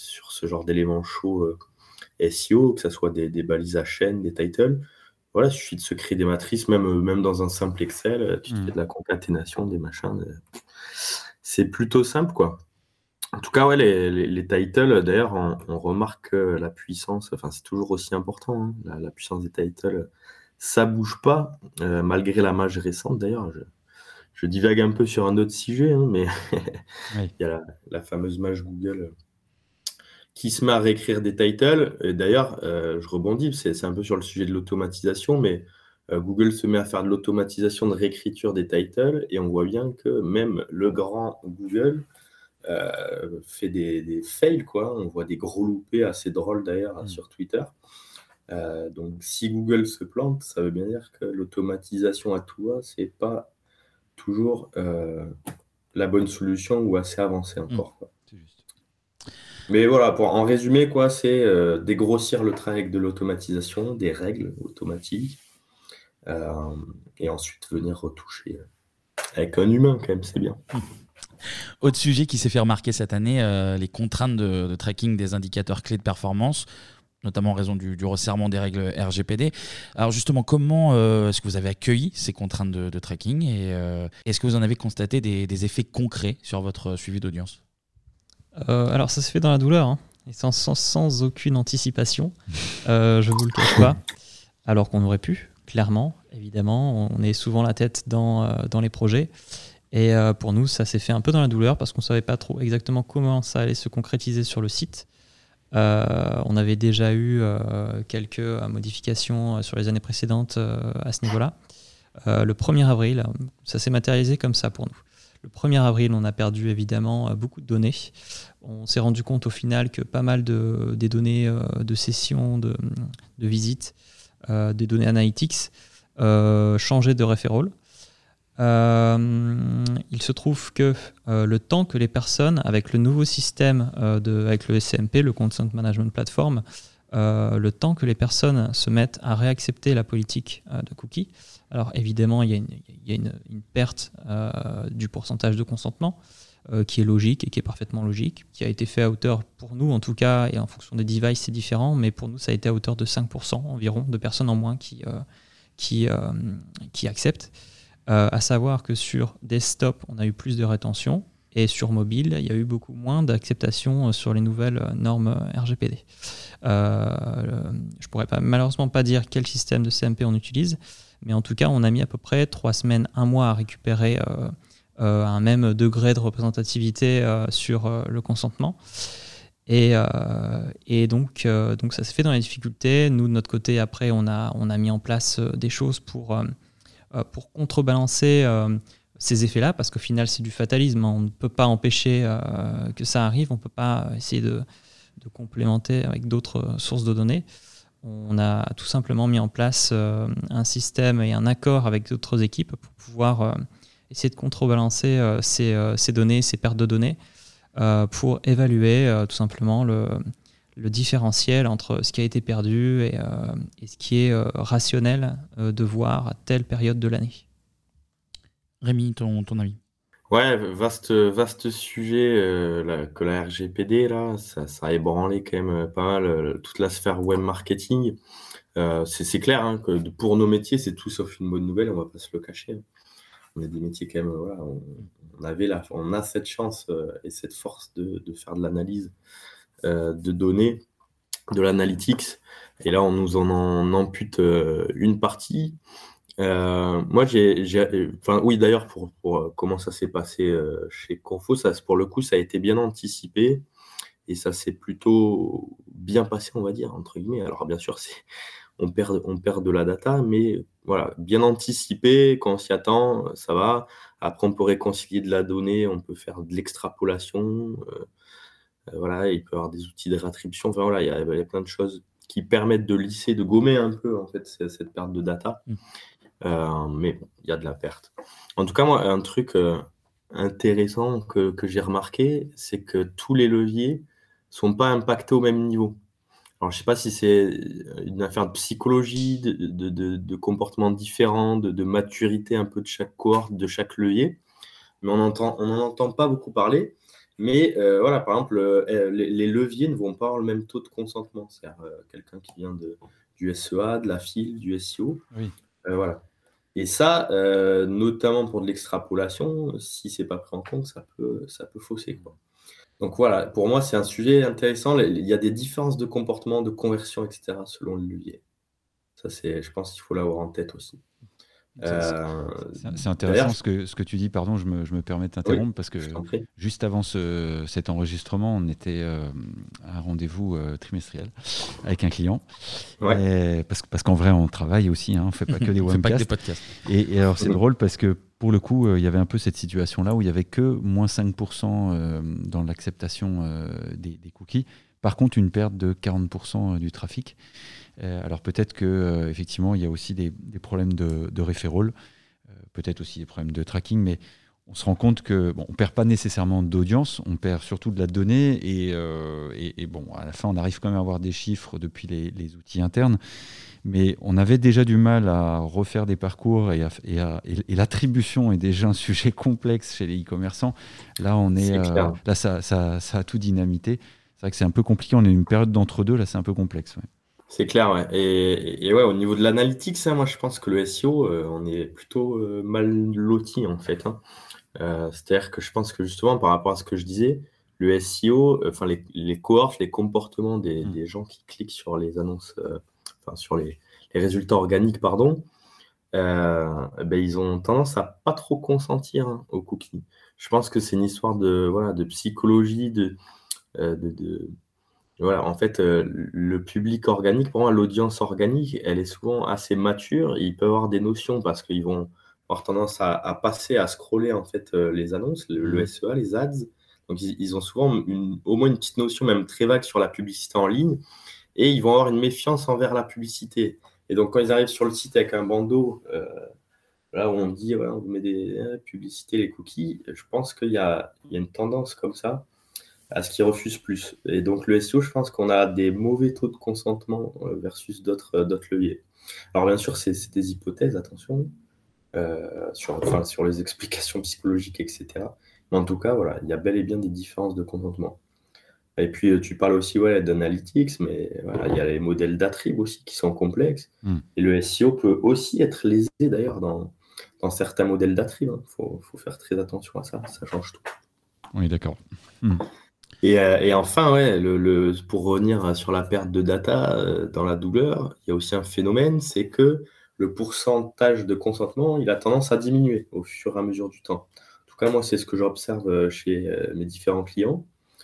chauds SEO, que ce soit des balises à chaîne, des titles. Voilà, il suffit de se créer des matrices, même dans un simple Excel, tu te fais de la concaténation, des machins. C'est plutôt simple, quoi. En tout cas, ouais, les titles, d'ailleurs, on remarque la puissance, c'est toujours aussi important, hein, la puissance des titles, ça bouge pas, malgré la mage récente, d'ailleurs. Je divague un peu sur un autre sujet, hein, mais Oui. il y a la fameuse mage Google qui se met à réécrire des titles. Et d'ailleurs, je rebondis, c'est un peu sur le sujet de l'automatisation, mais Google se met à faire de l'automatisation de réécriture des titles, et on voit bien que même le grand Google fait des fails, quoi. On voit des gros loupés assez drôles d'ailleurs sur Twitter. Donc si Google se plante, ça veut bien dire que l'automatisation à tout va, c'est pas toujours la bonne solution ou assez avancée encore, quoi. C'est juste. Mais voilà, en résumé, quoi, c'est dégrossir le travail avec de l'automatisation, des règles automatiques, et ensuite venir retoucher avec un humain, quand même, c'est bien. Autre sujet qui s'est fait remarquer cette année, les contraintes de tracking des indicateurs clés de performance, notamment en raison du resserrement des règles RGPD. Alors justement, comment est-ce que vous avez accueilli ces contraintes de tracking, et est-ce que vous en avez constaté des effets concrets sur votre suivi d'audience? Alors ça se fait dans la douleur, hein, et sans aucune anticipation, je vous le cache pas, alors qu'on aurait pu, clairement, évidemment, on est souvent la tête dans les projets, et pour nous ça s'est fait un peu dans la douleur parce qu'on savait pas trop exactement comment ça allait se concrétiser sur le site. On avait déjà eu quelques modifications sur les années précédentes à ce niveau-là. Le 1er avril, ça s'est matérialisé comme ça pour nous. Le 1er avril, on a perdu évidemment beaucoup de données. On s'est rendu compte au final que pas mal des données de sessions, de visites, des données analytics changeaient de referral. Il se trouve que le temps que les personnes, avec le nouveau système, avec le SCMP, le Consent Management Platform, le temps que les personnes se mettent à réaccepter la politique de cookies, alors évidemment il y a une perte du pourcentage de consentement qui est logique et qui est parfaitement logique, qui a été fait à hauteur, pour nous en tout cas, et en fonction des devices c'est différent, mais pour nous ça a été à hauteur de 5% environ de personnes en moins qui acceptent. À savoir que sur desktop, on a eu plus de rétention, Et sur mobile, il y a eu beaucoup moins d'acceptation sur les nouvelles normes RGPD. Je ne pourrais malheureusement pas dire quel système de CMP on utilise, mais en tout cas, on a mis à peu près 3 semaines, 1 mois à récupérer un même degré de représentativité sur le consentement. Et donc ça s'est fait dans les difficultés. Nous, de notre côté, après, on a mis en place des choses pour contrebalancer ces effets-là, parce qu'au final, c'est du fatalisme. On ne peut pas empêcher que ça arrive. On ne peut pas essayer de complémenter avec d'autres sources de données. On a tout simplement mis en place un système et un accord avec d'autres équipes pour pouvoir essayer de contrebalancer ces données, ces pertes de données, pour évaluer tout simplement le différentiel entre ce qui a été perdu et ce qui est rationnel de voir à telle période de l'année. Rémi, ton avis? Ouais, vaste sujet que la RGPD, là, ça a ébranlé quand même pas mal toute la sphère web marketing. C'est clair hein, que pour nos métiers, c'est tout sauf une bonne nouvelle, on va pas se le cacher. Hein. On a des métiers quand même, voilà, on a cette chance et cette force de faire de l'analyse de données, de l'analytics, et là on nous en ampute une partie. Moi, oui, d'ailleurs, pour comment ça s'est passé chez Confo, pour le coup, ça a été bien anticipé et ça s'est plutôt bien passé, on va dire, entre guillemets. Alors, bien sûr, on perd de la data, mais voilà, bien anticipé, quand on s'y attend, ça va. Après, on peut réconcilier de la donnée, on peut faire de l'extrapolation, voilà, il peut y avoir des outils de réattribution. Enfin, voilà, il y a plein de choses qui permettent de lisser, de gommer un peu, en fait, cette perte de data. Mais bon, il y a de la perte. En tout cas, moi, un truc intéressant que j'ai remarqué, c'est que tous les leviers sont pas impactés au même niveau. Alors, je sais pas si c'est une affaire de psychologie, de comportements différents, de maturité un peu de chaque cohorte, de chaque levier, mais on n'en entend pas beaucoup parler. Mais voilà, par exemple, les leviers ne vont pas avoir le même taux de consentement. C'est-à-dire quelqu'un qui vient du SEA, de la FIL, du SEO. Oui. Voilà. Et ça, notamment pour de l'extrapolation, si c'est pas pris en compte, ça peut fausser, quoi. Donc voilà, pour moi, c'est un sujet intéressant. Il y a des différences de comportement, de conversion, etc. selon le levier. Ça, je pense qu'il faut l'avoir en tête aussi. C'est intéressant ce que tu dis, pardon, je me permets de t'interrompre, oui, parce que juste avant cet enregistrement, on était à un rendez-vous trimestriel avec un client. Ouais. Parce qu'en vrai, on travaille aussi, hein, on ne fait pas que des webcasts. Pas que des podcasts. Et alors, c'est drôle parce que pour le coup, il y avait un peu cette situation-là où il n'y avait que moins 5% dans l'acceptation des cookies. Par contre, une perte de 40% du trafic. Alors peut-être qu'effectivement, il y a aussi des problèmes de referral, peut-être aussi des problèmes de tracking, mais on se rend compte que on ne perd pas nécessairement d'audience, on perd surtout de la donnée, et bon, à la fin, on arrive quand même à avoir des chiffres depuis les outils internes, mais on avait déjà du mal à refaire des parcours, et l'attribution est déjà un sujet complexe chez les e-commerçants. Là, là, ça a tout dynamité. C'est vrai que c'est un peu compliqué, on est une période d'entre-deux, là c'est un peu complexe. Ouais. C'est clair, ouais. Et ouais, au niveau de l'analytics, hein, moi je pense que le SEO, on est plutôt mal loti en fait. Hein. C'est-à-dire que je pense que justement, par rapport à ce que je disais, le SEO, enfin les cohortes, les comportements des gens qui cliquent sur les annonces, enfin sur les résultats organiques, pardon, ils ont tendance à pas trop consentir aux cookies. Je pense que c'est une histoire de psychologie, voilà, en fait, le public organique, pour moi, l'audience organique, elle est souvent assez mature. Ils peuvent avoir des notions parce qu'ils vont avoir tendance à passer, à scroller en fait les annonces, le SEA, les ads. Donc, ils ont souvent au moins une petite notion, même très vague, sur la publicité en ligne. Et ils vont avoir une méfiance envers la publicité. Et donc, quand ils arrivent sur le site avec un bandeau, là où on dit, on vous met des publicités, les cookies, je pense qu'il y a une tendance comme ça à ce qu'ils refusent plus. Et donc le SEO, je pense qu'on a des mauvais taux de consentement versus d'autres leviers. Alors bien sûr, c'est des hypothèses, attention, sur les explications psychologiques, etc. Mais en tout cas, voilà, il y a bel et bien des différences de consentement. Et puis tu parles aussi d'analytics, mais voilà, il y a les modèles d'attrib aussi qui sont complexes. Et le SEO peut aussi être lésé d'ailleurs dans certains modèles d'attrib. Faut faire très attention à ça, ça change tout. Oui, d'accord. Et enfin, ouais, pour revenir sur la perte de data dans la douleur, il y a aussi un phénomène, c'est que le pourcentage de consentement, il a tendance à diminuer au fur et à mesure du temps. En tout cas, moi, c'est ce que j'observe chez mes différents clients.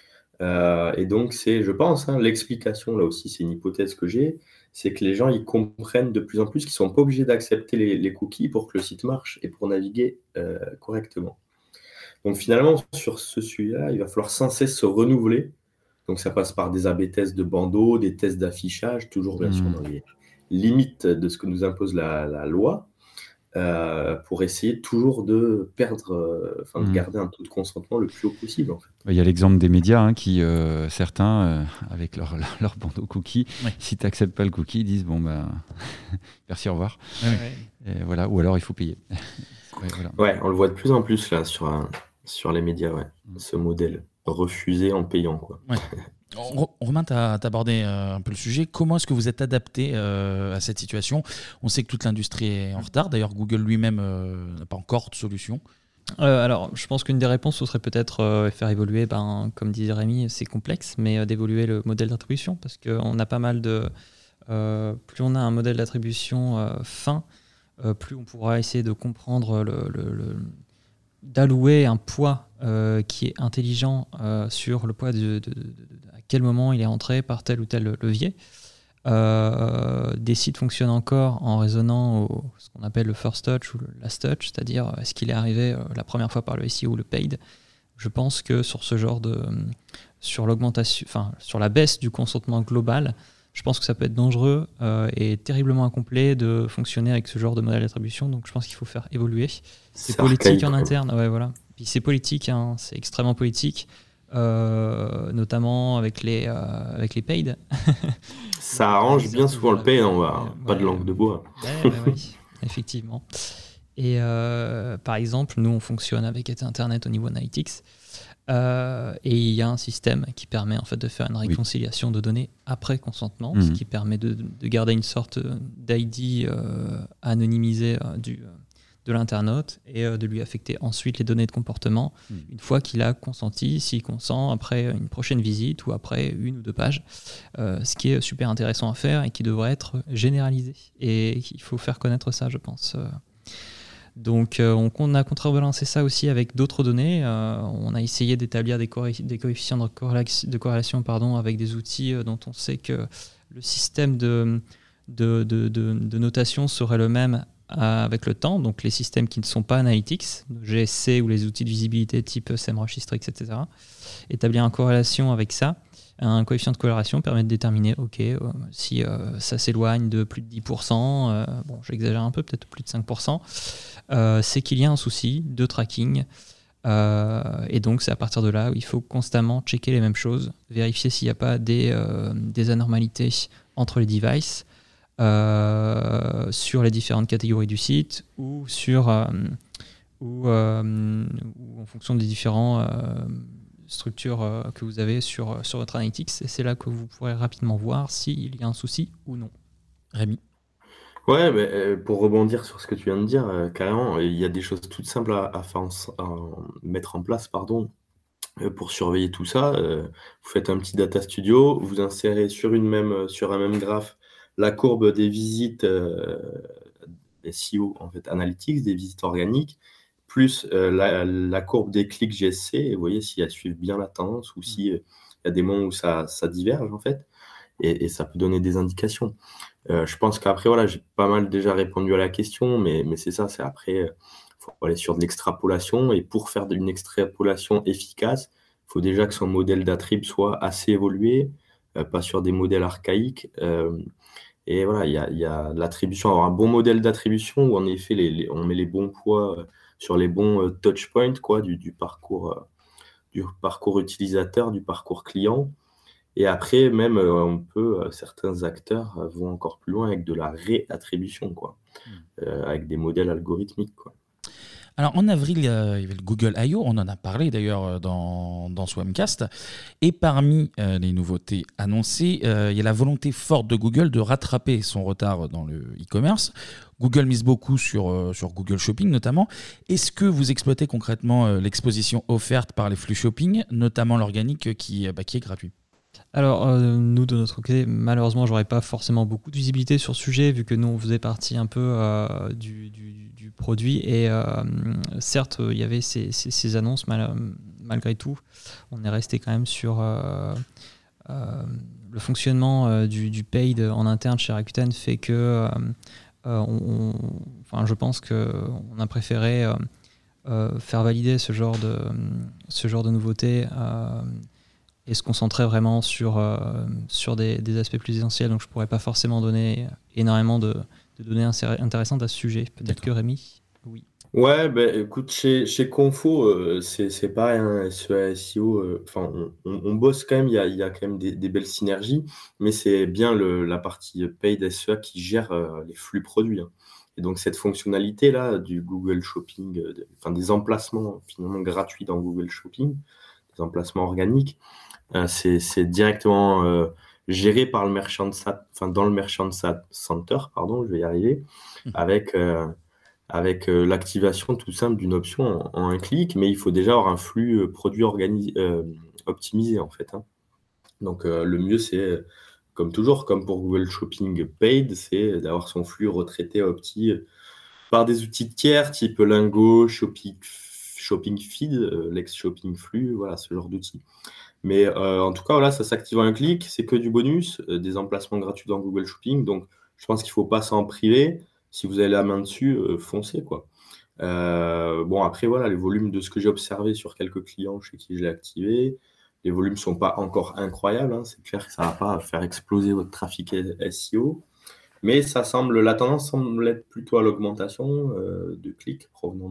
Et donc, c'est, je pense, l'explication, là aussi, c'est une hypothèse que j'ai, c'est que les gens, ils comprennent de plus en plus qu'ils ne sont pas obligés d'accepter les cookies pour que le site marche et pour naviguer correctement. Donc finalement, sur ce sujet-là, il va falloir sans cesse se renouveler. Donc ça passe par des A/B tests de bandeaux, des tests d'affichage, toujours bien sûr dans les limites de ce que nous impose la loi, pour essayer toujours de de garder un taux de consentement le plus haut possible. En fait. Il y a l'exemple des médias qui, certains, avec leur bandeau cookie, si tu n'acceptes pas le cookie, ils disent bon ben merci, au revoir. Et voilà, ou alors il faut payer. Ouais, on le voit de plus en plus là sur les médias, ce modèle refusé en payant, quoi. Ouais. Romain, tu as abordé un peu le sujet. Comment est-ce que vous êtes adapté à cette situation ? On sait que toute l'industrie est en retard. D'ailleurs, Google lui-même n'a pas encore de solution. Alors, je pense qu'une des réponses, ce serait peut-être faire évoluer, comme disait Rémi, c'est complexe, mais d'évoluer le modèle d'attribution, parce qu'on a pas mal de... plus on a un modèle d'attribution fin, plus on pourra essayer de comprendre d'allouer un poids qui est intelligent sur le poids à quel moment il est entré par tel ou tel levier. Des sites fonctionnent encore en raisonnant ce qu'on appelle le first touch ou le last touch, c'est-à-dire est-ce qu'il est arrivé la première fois par le SEO ou le paid. Je pense que sur ce genre sur l'augmentation, sur la baisse du consentement global, je pense que ça peut être dangereux et terriblement incomplet de fonctionner avec ce genre de modèle d'attribution. Donc je pense qu'il faut faire évoluer. C'est politique en interne. Ouais, voilà. Puis c'est politique, c'est extrêmement politique, notamment avec les paid. Ça arrange bien souvent le paid, pas de langue de bois. Oui, effectivement. Et par exemple, nous on fonctionne avec Internet au niveau Analytics. Et il y a un système qui permet en fait de faire une réconciliation de données après consentement, ce qui permet de garder une sorte d'ID anonymisé de l'internaute et de lui affecter ensuite les données de comportement une fois qu'il a consenti, s'il consent après une prochaine visite ou après 1 ou 2 pages, ce qui est super intéressant à faire et qui devrait être généralisé. Et il faut faire connaître ça, je pense. Donc on a contrebalancé ça aussi avec d'autres données. On a essayé d'établir des coefficients de corrélation avec des outils dont on sait que le système de notation serait le même avec le temps. Donc les systèmes qui ne sont pas analytics, GSC ou les outils de visibilité type SEMrush, Hystrix, etc. Établir une corrélation avec ça. Un coefficient de corrélation permet de déterminer si ça s'éloigne de plus de 10%, j'exagère un peu, peut-être plus de 5%, c'est qu'il y a un souci de tracking. Et donc c'est à partir de là où il faut constamment checker les mêmes choses, vérifier s'il n'y a pas des anormalités entre les devices, sur les différentes catégories du site ou ou en fonction des différents structures que vous avez sur votre analytics, et c'est là que vous pourrez rapidement voir s'il y a un souci ou non. Rémi. Ouais, mais pour rebondir sur ce que tu viens de dire, carrément, il y a des choses toutes simples à mettre en place, pour surveiller tout ça. Vous faites un petit data studio, vous insérez sur un même graphe la courbe des visites SEO, en fait, analytics, des visites organiques, plus la courbe des clics GSC, et vous voyez si elles suivent bien la tendance ou s'il y a des moments où ça diverge, en fait, et ça peut donner des indications. Je pense qu'après, j'ai pas mal déjà répondu à la question, mais c'est ça, c'est après, faut aller sur de l'extrapolation, et pour faire une extrapolation efficace, il faut déjà que son modèle d'attrib soit assez évolué, pas sur des modèles archaïques. Et voilà, il y a l'attribution, avoir un bon modèle d'attribution où en effet on met les bons poids sur les bons touch points du parcours utilisateur, du parcours client. Et après, même certains acteurs vont encore plus loin avec de la réattribution, avec des modèles algorithmiques, Alors en avril, il y avait le Google I.O., on en a parlé d'ailleurs dans ce webcast, et parmi les nouveautés annoncées, il y a la volonté forte de Google de rattraper son retard dans le e-commerce. Google mise beaucoup sur Google Shopping notamment. Est-ce que vous exploitez concrètement l'exposition offerte par les flux shopping, notamment l'organique qui est gratuit ? Alors, nous, de notre côté, malheureusement, j'aurais pas forcément beaucoup de visibilité sur ce sujet, vu que nous, on faisait partie un peu du produit. Et certes, il y avait ces annonces, malgré tout. On est resté quand même sur le fonctionnement du paid en interne chez Rakuten fait que je pense qu'on a préféré faire valider ce genre de nouveautés et se concentrer vraiment sur des aspects plus essentiels. Donc je ne pourrais pas forcément donner énormément de données intéressantes à ce sujet. Peut-être que Rémi, oui. Ouais, écoute, chez Confo, c'est pareil, hein, SEA, SEO, on bosse quand même, il y a quand même des belles synergies, mais c'est bien la partie paid SEA qui gère les flux produits, hein. Et donc cette fonctionnalité-là du Google Shopping, des emplacements finalement gratuits dans Google Shopping, des emplacements organiques, c'est directement géré par le dans le Merchant Center, pardon, je vais y arriver, avec l'activation tout simple d'une option en un clic, mais il faut déjà avoir un flux produit optimisé en fait, hein. Donc le mieux c'est, comme toujours, comme pour Google Shopping Paid, c'est d'avoir son flux retraité par des outils tiers type Lingo, Shopping Feed, l'ex-Shopping Flux, voilà ce genre d'outils. Mais en tout cas, voilà, ça s'active en un clic, c'est que du bonus, des emplacements gratuits dans Google Shopping, donc je pense qu'il ne faut pas s'en priver. Si vous avez la main dessus, foncez, quoi. Après, voilà, les volumes de ce que j'ai observé sur quelques clients chez qui je l'ai activé, les volumes ne sont pas encore incroyables, hein. C'est clair que ça ne va pas faire exploser votre trafic SEO, mais la tendance semble être plutôt à l'augmentation de clics provenant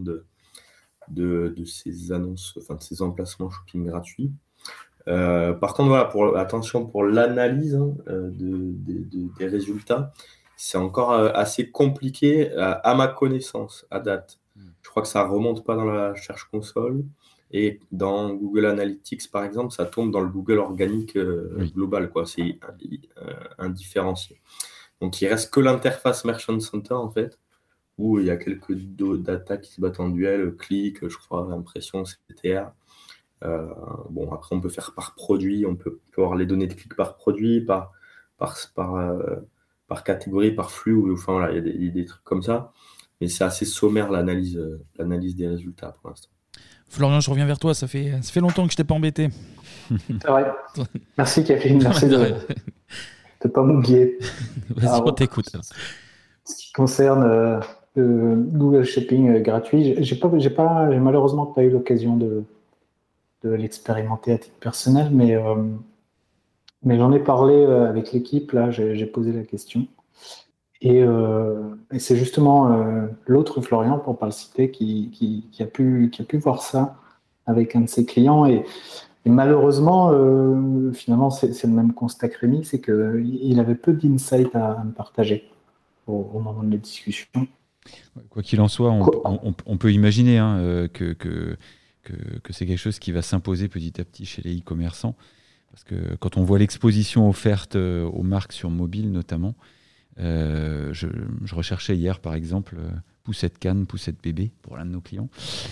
de ces annonces, de ces emplacements shopping gratuits. Par contre, voilà, attention pour l'analyse, hein, des résultats, c'est encore assez compliqué à ma connaissance, à date. Je crois que ça ne remonte pas dans la recherche console. Et dans Google Analytics, par exemple, ça tombe dans le Google organique global, quoi. C'est indifférencié. Donc, il ne reste que l'interface Merchant Center, en fait, où il y a quelques data qui se battent en duel, clic, je crois, impression, CTR. Après, on peut faire par produit, on peut avoir les données de clic par produit, par catégorie, par flux, voilà, il y a des trucs comme ça. Mais c'est assez sommaire l'analyse des résultats pour l'instant. Florian, je reviens vers toi, ça fait longtemps que je t'ai pas embêté. C'est vrai. Merci Kevin, merci de ne pas m'oublier. Vas-y, on t'écoute. Ce qui concerne Google Shopping gratuit, j'ai malheureusement pas eu l'occasion de l'expérimenter à titre personnel, mais j'en ai parlé avec l'équipe, là, j'ai posé la question. Et c'est justement l'autre Florian, pour ne pas le citer, qui a pu voir ça avec un de ses clients. Et malheureusement, finalement, c'est le même constat que Rémi, c'est qu'il avait peu d'insights à me partager au moment de la discussion. Quoi qu'il en soit, on peut imaginer que c'est quelque chose qui va s'imposer petit à petit chez les e-commerçants. Parce que quand on voit l'exposition offerte aux marques sur mobile notamment, je recherchais hier par exemple poussette canne, poussette bébé pour l'un de nos clients.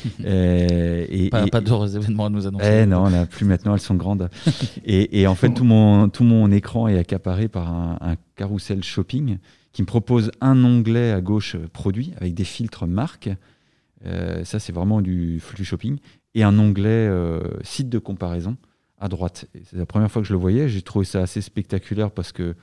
Pas d'heureux événements à nous annoncer. Non, là, plus maintenant, elles sont grandes. et en fait, tout mon écran est accaparé par un carrousel shopping qui me propose un onglet à gauche produit avec des filtres marques. Ça, c'est vraiment du flux shopping. Et un onglet site de comparaison à droite. Et c'est la première fois que je le voyais. J'ai trouvé ça assez spectaculaire parce que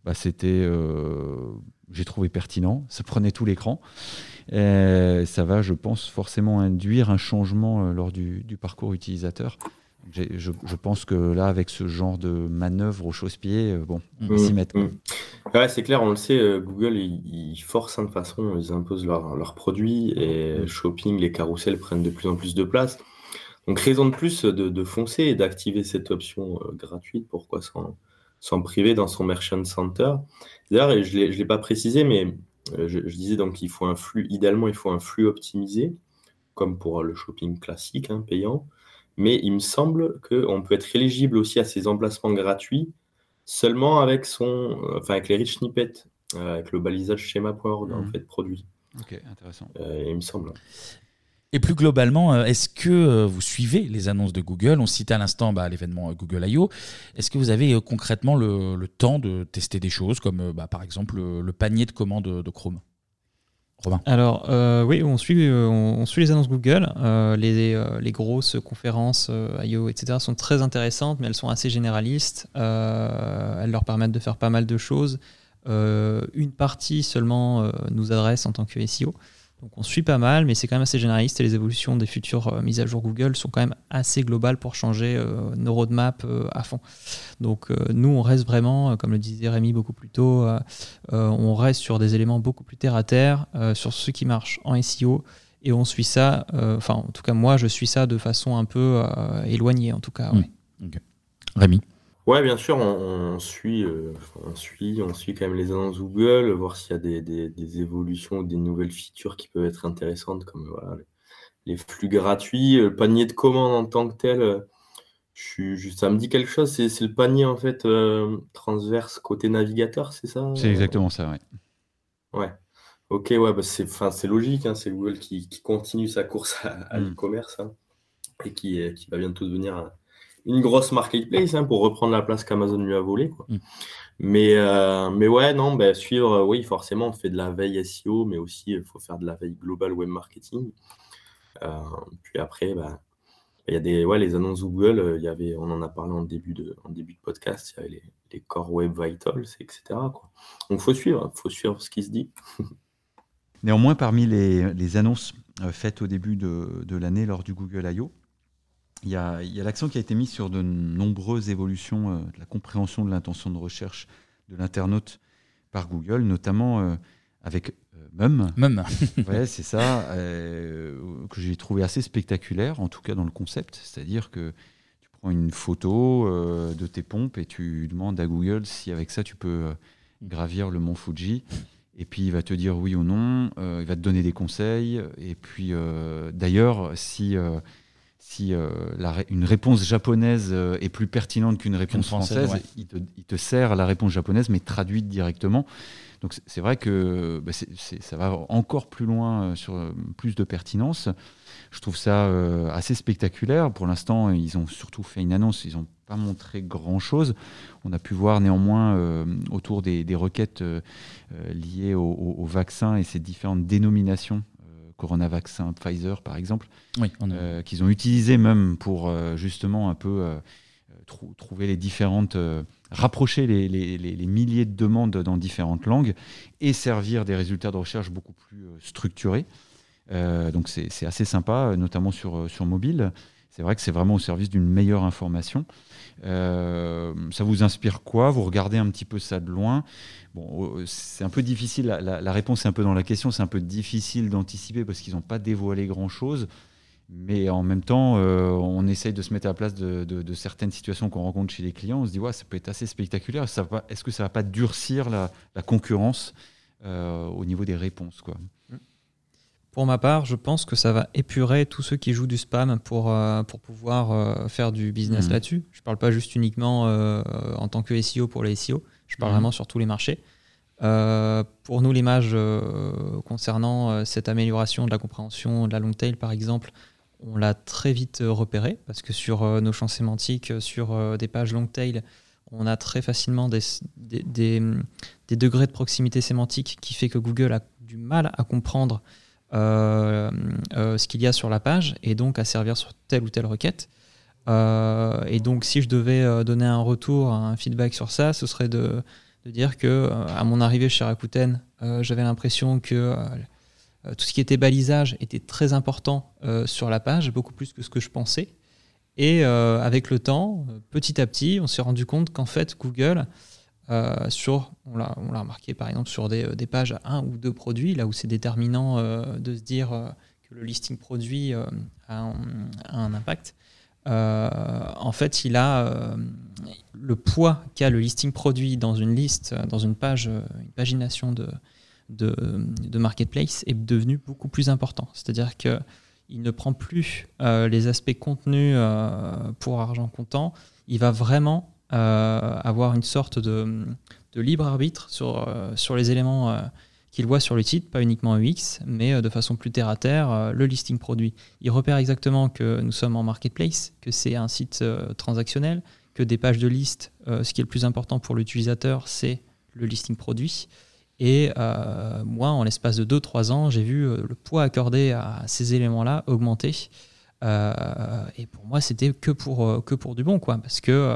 j'ai trouvé pertinent. Ça prenait tout l'écran. Ça va, je pense, forcément induire un changement lors du parcours utilisateur. Je pense que là, avec ce genre de manœuvre au chausse-pied, on va s'y mettre. Ouais, c'est clair, on le sait, Google, ils forcent, de toute façon, ils imposent leurs produits et shopping, les carousels prennent de plus en plus de place. Donc, raison de plus de foncer et d'activer cette option gratuite. Pourquoi s'en priver dans son Merchant Center? D'ailleurs, je l'ai pas précisé, mais je disais donc qu'il faut idéalement, il faut un flux optimisé. comme pour le shopping classique, hein, payant. Mais il me semble qu'on peut être éligible aussi à ces emplacements gratuits seulement avec avec les rich snippets, avec le balisage schéma.org en fait produit. Ok, intéressant. Il me semble. Et plus globalement, est-ce que vous suivez les annonces de Google? On citait à l'instant l'événement Google I.O. Est-ce que vous avez concrètement le temps de tester des choses comme par exemple le panier de commandes de Chrome? Robin? Alors oui, on suit les annonces Google. Les grosses conférences I.O., etc. sont très intéressantes, mais elles sont assez généralistes. Elles leur permettent de faire pas mal de choses. Une partie seulement nous adresse en tant que SEO. Donc on suit pas mal, mais c'est quand même assez généraliste et les évolutions des futures mises à jour Google sont quand même assez globales pour changer nos roadmaps à fond. Donc nous, on reste vraiment, comme le disait Rémi beaucoup plus tôt, on reste sur des éléments beaucoup plus terre à terre, sur ce qui marche en SEO, et on suit ça, enfin en tout cas moi je suis ça de façon un peu éloignée en tout cas. Ouais. Okay. Rémi? Ouais, bien sûr, on suit quand même les annonces Google, voir s'il y a des évolutions ou des nouvelles features qui peuvent être intéressantes, comme voilà, les flux gratuits, le panier de commandes en tant que tel. Ça me dit quelque chose, c'est le panier en fait transverse côté navigateur, c'est ça? C'est exactement ça, ouais. Ouais. Ok, ouais, c'est logique, hein, c'est Google qui continue sa course à l'e-commerce, hein, et qui va bientôt devenir une grosse marketplace, hein, pour reprendre la place qu'Amazon lui a volée, quoi. Mais ouais, non, suivre, oui, forcément, on fait de la veille SEO, mais aussi il faut faire de la veille global web marketing. Puis après, il y a les annonces Google, on en a parlé en début de podcast, il y avait les Core Web Vitals, etc., quoi. Donc faut suivre ce qui se dit. Néanmoins, parmi les annonces faites au début de l'année lors du Google I.O., il y a l'accent qui a été mis sur de nombreuses évolutions de la compréhension de l'intention de recherche de l'internaute par Google, notamment avec MUM. Ouais, c'est ça, que j'ai trouvé assez spectaculaire, en tout cas dans le concept. C'est-à-dire que tu prends une photo de tes pompes et tu demandes à Google si avec ça tu peux gravir le mont Fuji. Et puis il va te dire oui ou non, il va te donner des conseils. Et puis d'ailleurs, si une réponse japonaise est plus pertinente qu'une réponse française, ouais, il te sert la réponse japonaise, mais traduite directement. Donc c'est vrai que ça va encore plus loin, sur plus de pertinence. Je trouve ça assez spectaculaire. Pour l'instant, ils ont surtout fait une annonce, ils n'ont pas montré grand-chose. On a pu voir néanmoins autour des requêtes liées au vaccin et ses différentes dénominations, Coronavaccin, Pfizer par exemple, oui, qu'ils ont utilisé même pour justement un peu trouver les différentes, rapprocher les milliers de demandes dans différentes langues et servir des résultats de recherche beaucoup plus structurés. Donc c'est assez sympa, notamment sur mobile. C'est vrai que c'est vraiment au service d'une meilleure information. Ça vous inspire quoi? Vous regardez un petit peu ça de loin. Bon, c'est un peu difficile, la réponse est un peu dans la question, c'est un peu difficile d'anticiper parce qu'ils n'ont pas dévoilé grand-chose. Mais en même temps, on essaye de se mettre à la place de certaines situations qu'on rencontre chez les clients. On se dit, ouais, ça peut être assez spectaculaire. Est-ce que ça ne va pas durcir la concurrence au niveau des réponses, quoi? Pour ma part, je pense que ça va épurer tous ceux qui jouent du spam pour pouvoir faire du business là-dessus. Je ne parle pas juste uniquement en tant que SEO pour les SEO, je parle vraiment sur tous les marchés. Pour nous, l'image concernant cette amélioration de la compréhension de la long tail, par exemple, on l'a très vite repéré, parce que sur nos champs sémantiques, sur des pages long tail, on a très facilement des degrés de proximité sémantique qui fait que Google a du mal à comprendre ce qu'il y a sur la page et donc à servir sur telle ou telle requête. Et donc si je devais donner un retour, un feedback sur ça, ce serait de dire que à mon arrivée chez Rakuten, j'avais l'impression que tout ce qui était balisage était très important sur la page, beaucoup plus que ce que je pensais. Et avec le temps, petit à petit, on s'est rendu compte qu'en fait Google, on l'a remarqué par exemple sur des pages à 1 ou 2 produits, là où c'est déterminant de se dire que le listing produit a un impact. En fait, il a le poids qu'a le listing produit dans une liste, dans une page, une pagination de marketplace est devenu beaucoup plus important. C'est-à-dire que il ne prend plus les aspects contenus pour argent comptant. Il va vraiment avoir une sorte de libre arbitre sur les éléments qu'il voit sur le site, pas uniquement UX, mais de façon plus terre à terre, le listing produit. Il repère exactement que nous sommes en marketplace, que c'est un site transactionnel, que des pages de liste, ce qui est le plus important pour l'utilisateur, c'est le listing produit. Et moi, en l'espace de 2-3 ans, j'ai vu le poids accordé à ces éléments-là augmenter. Et pour moi, c'était que pour du bon, quoi, parce que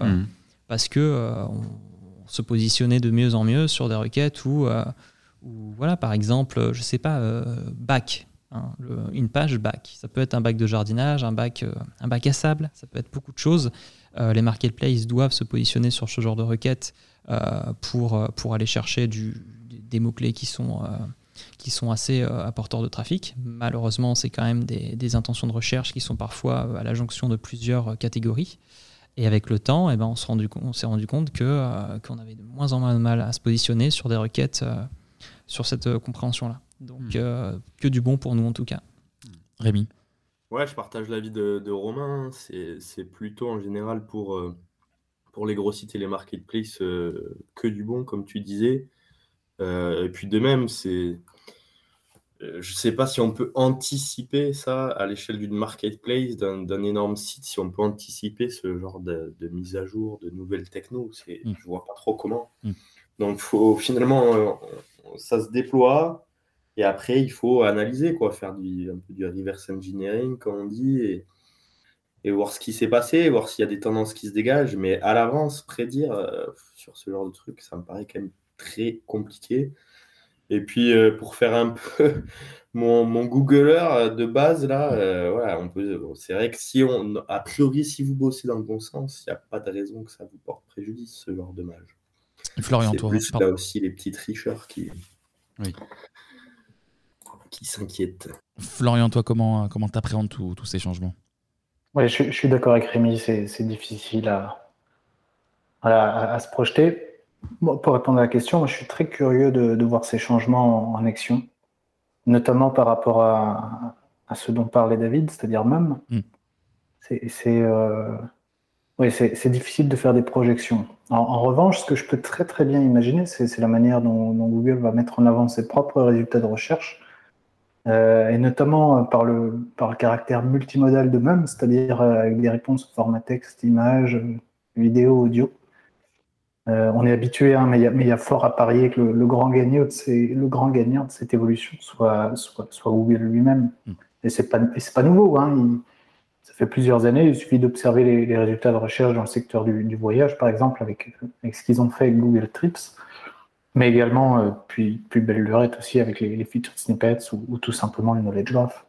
on se positionnait de mieux en mieux sur des requêtes où voilà, par exemple, je sais pas, bac, hein, une page bac. Ça peut être un bac de jardinage, un bac à sable, ça peut être beaucoup de choses. Les marketplaces doivent se positionner sur ce genre de requêtes pour aller chercher des mots-clés qui sont assez apporteurs de trafic. Malheureusement, c'est quand même des intentions de recherche qui sont parfois à la jonction de plusieurs catégories. Et avec le temps, on s'est rendu compte qu'on avait de moins en moins de mal à se positionner sur des requêtes sur cette compréhension-là. Donc, que du bon pour nous en tout cas. Rémi? Ouais, je partage l'avis de Romain. C'est plutôt en général pour les gros sites et les marketplaces que du bon, comme tu disais. Et puis de même, je ne sais pas si on peut anticiper ça à l'échelle d'une marketplace, d'un énorme site, si on peut anticiper ce genre de mise à jour, de nouvelles techno. Je ne vois pas trop comment. Donc, finalement, ça se déploie et après, il faut analyser, quoi, faire un peu du reverse engineering, comme on dit, et voir ce qui s'est passé, voir s'il y a des tendances qui se dégagent. Mais à l'avance, prédire sur ce genre de truc, ça me paraît quand même très compliqué. Et puis, pour faire un peu mon Googler de base, là, voilà, c'est vrai que a priori, si vous bossez dans le bon sens, il n'y a pas de raison que ça vous porte préjudice, ce genre de mage. Florian, C'est toi, plus là aussi les petits tricheurs qui s'inquiètent. Florian, toi, comment t'appréhendes tous ces changements? Oui, je suis d'accord avec Rémi, c'est difficile à se projeter. Moi, pour répondre à la question, moi, je suis très curieux de voir ces changements en action, notamment par rapport à ce dont parlait David, c'est-à-dire MUM. C'est difficile de faire des projections. En revanche, ce que je peux très très bien imaginer, c'est la manière dont Google va mettre en avant ses propres résultats de recherche, et notamment par le caractère multimodal de MUM, c'est-à-dire avec des réponses au format texte, image, vidéo, audio. On est habitué, hein, mais il y a fort à parier que le grand gagnant de cette évolution soit Google lui-même. Et c'est pas nouveau, hein. Ça fait plusieurs années, il suffit d'observer les résultats de recherche dans le secteur du voyage, par exemple, avec ce qu'ils ont fait avec Google Trips, mais également, puis belle lurette aussi, avec les featured snippets ou tout simplement le knowledge graph.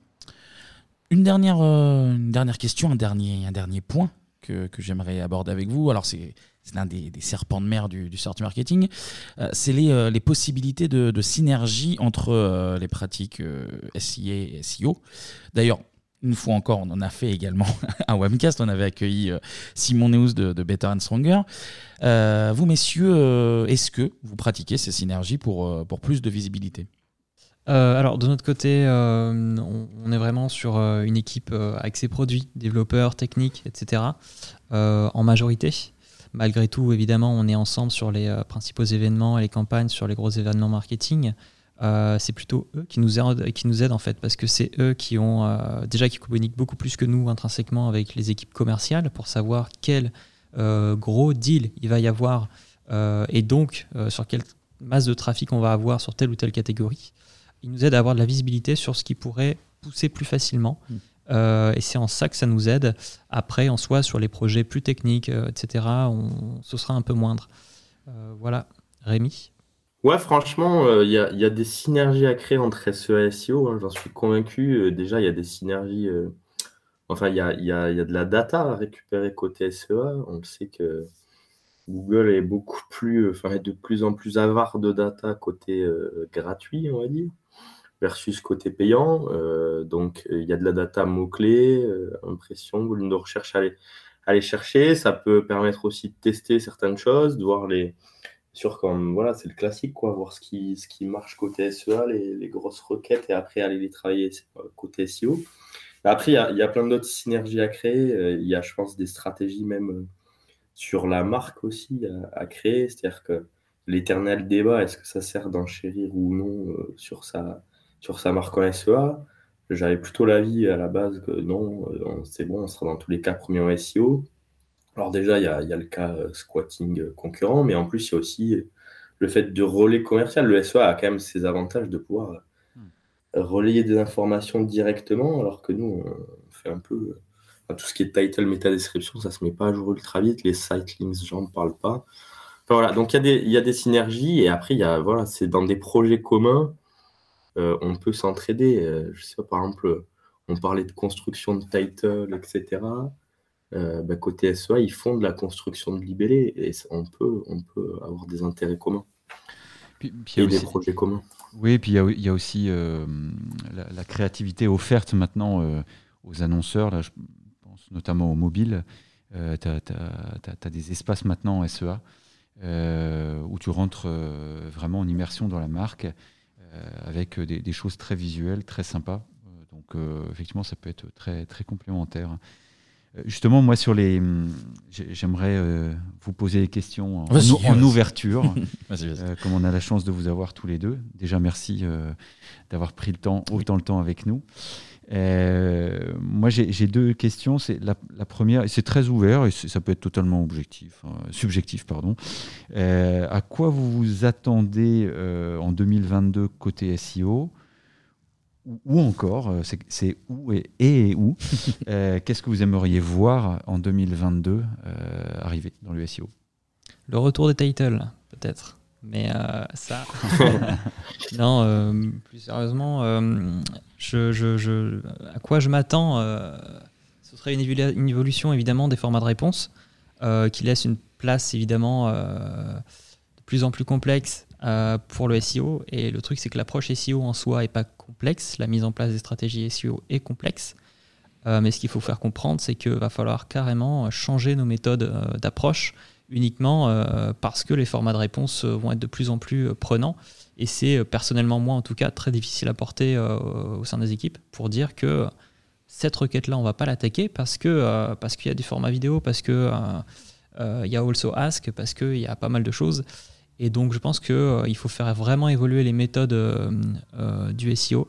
Une dernière question, un dernier point que j'aimerais aborder avec vous. Alors, c'est l'un des serpents de mer du search marketing. C'est les possibilités de synergie entre les pratiques SIA et SEO. D'ailleurs, une fois encore, on en a fait également un webcast. On avait accueilli Simon Neus de Better and Stronger. Vous, messieurs, est-ce que vous pratiquez ces synergies pour plus de visibilité? Alors, de notre côté, on est vraiment sur une équipe avec ses produits, développeurs, techniques, etc. En majorité. Malgré tout, évidemment, on est ensemble sur les principaux événements et les campagnes sur les gros événements marketing. C'est plutôt eux qui nous aident en fait, parce que c'est eux qui communiquent beaucoup plus que nous intrinsèquement avec les équipes commerciales pour savoir quel gros deal il va y avoir et donc sur quelle masse de trafic on va avoir sur telle ou telle catégorie. Ils nous aident à avoir de la visibilité sur ce qui pourrait pousser plus facilement. Et c'est en ça que ça nous aide. Après, en soi, sur les projets plus techniques, etc., ce sera un peu moindre. Voilà. Rémi? Ouais, franchement, il y a des synergies à créer entre SEA et SEO, hein, j'en suis convaincu. Déjà, il y a des synergies. Enfin, il y a de la data à récupérer côté SEA. On le sait que Google est est de plus en plus avare de data côté gratuit, on va dire, versus côté payant. Donc, il y a de la data mots-clés, impression, volume de recherche à aller chercher. Ça peut permettre aussi de tester certaines choses, de voir voilà, c'est le classique, quoi, voir ce qui marche côté SEA, les grosses requêtes, et après aller les travailler côté SEO. Après, il y a plein d'autres synergies à créer. Il y a, je pense, des stratégies même sur la marque aussi à créer. C'est-à-dire que l'éternel débat, est-ce que ça sert d'enchérir ou non sur sa marque en SEA? J'avais plutôt l'avis à la base que non, c'est bon, on sera dans tous les cas premier en SEO. Alors déjà, il y a le cas squatting concurrent, mais en plus, il y a aussi le fait de relais commercial. Le SEA a quand même ses avantages de pouvoir relayer des informations directement, alors que nous, on fait un peu... tout ce qui est title, méta-description, ça se met pas à jour ultra vite. Les site links, j'en parle pas. Enfin, voilà, donc il y a des synergies, et après, voilà, c'est dans des projets communs, on peut s'entraider. Je sais pas, par exemple, on parlait de construction de title, etc. Côté SEA, ils font de la construction de libellés, et on peut avoir des intérêts communs Puis il y a et des aussi, projets communs. oui, puis il y a aussi la créativité offerte maintenant aux annonceurs. Là, je pense notamment au mobile. Tu as des espaces maintenant en SEA où tu rentres vraiment en immersion dans la marque avec des choses très visuelles, très sympas. Donc, effectivement, ça peut être très, très complémentaire. Justement, moi, j'aimerais vous poser des questions en ouverture, comme on a la chance de vous avoir tous les deux. Déjà, merci d'avoir pris autant le temps avec nous. Moi, j'ai deux questions. C'est la première, et c'est très ouvert, et ça peut être totalement subjectif. À quoi vous vous attendez en 2022 côté SEO? Ou encore, c'est où et où qu'est-ce que vous aimeriez voir en 2022 arriver dans le SEO? Le retour des titles, peut-être. Mais ça... Non, plus sérieusement, à quoi je m'attends ce serait une évolution, évidemment, des formats de réponse qui laisse une place, évidemment, de plus en plus complexe pour le SEO. Et le truc, c'est que l'approche SEO en soi n'est pas complexe. La mise en place des stratégies SEO est complexe. Mais ce qu'il faut faire comprendre, c'est qu'il va falloir carrément changer nos méthodes d'approche uniquement parce que les formats de réponse vont être de plus en plus prenants. Et c'est personnellement, moi en tout cas, très difficile à porter au sein des équipes pour dire que cette requête-là, on ne va pas l'attaquer parce qu'il y a des formats vidéo, parce qu'il y a also ask, parce qu'il y a pas mal de choses. Et donc, je pense qu'il faut faire vraiment évoluer les méthodes du SEO.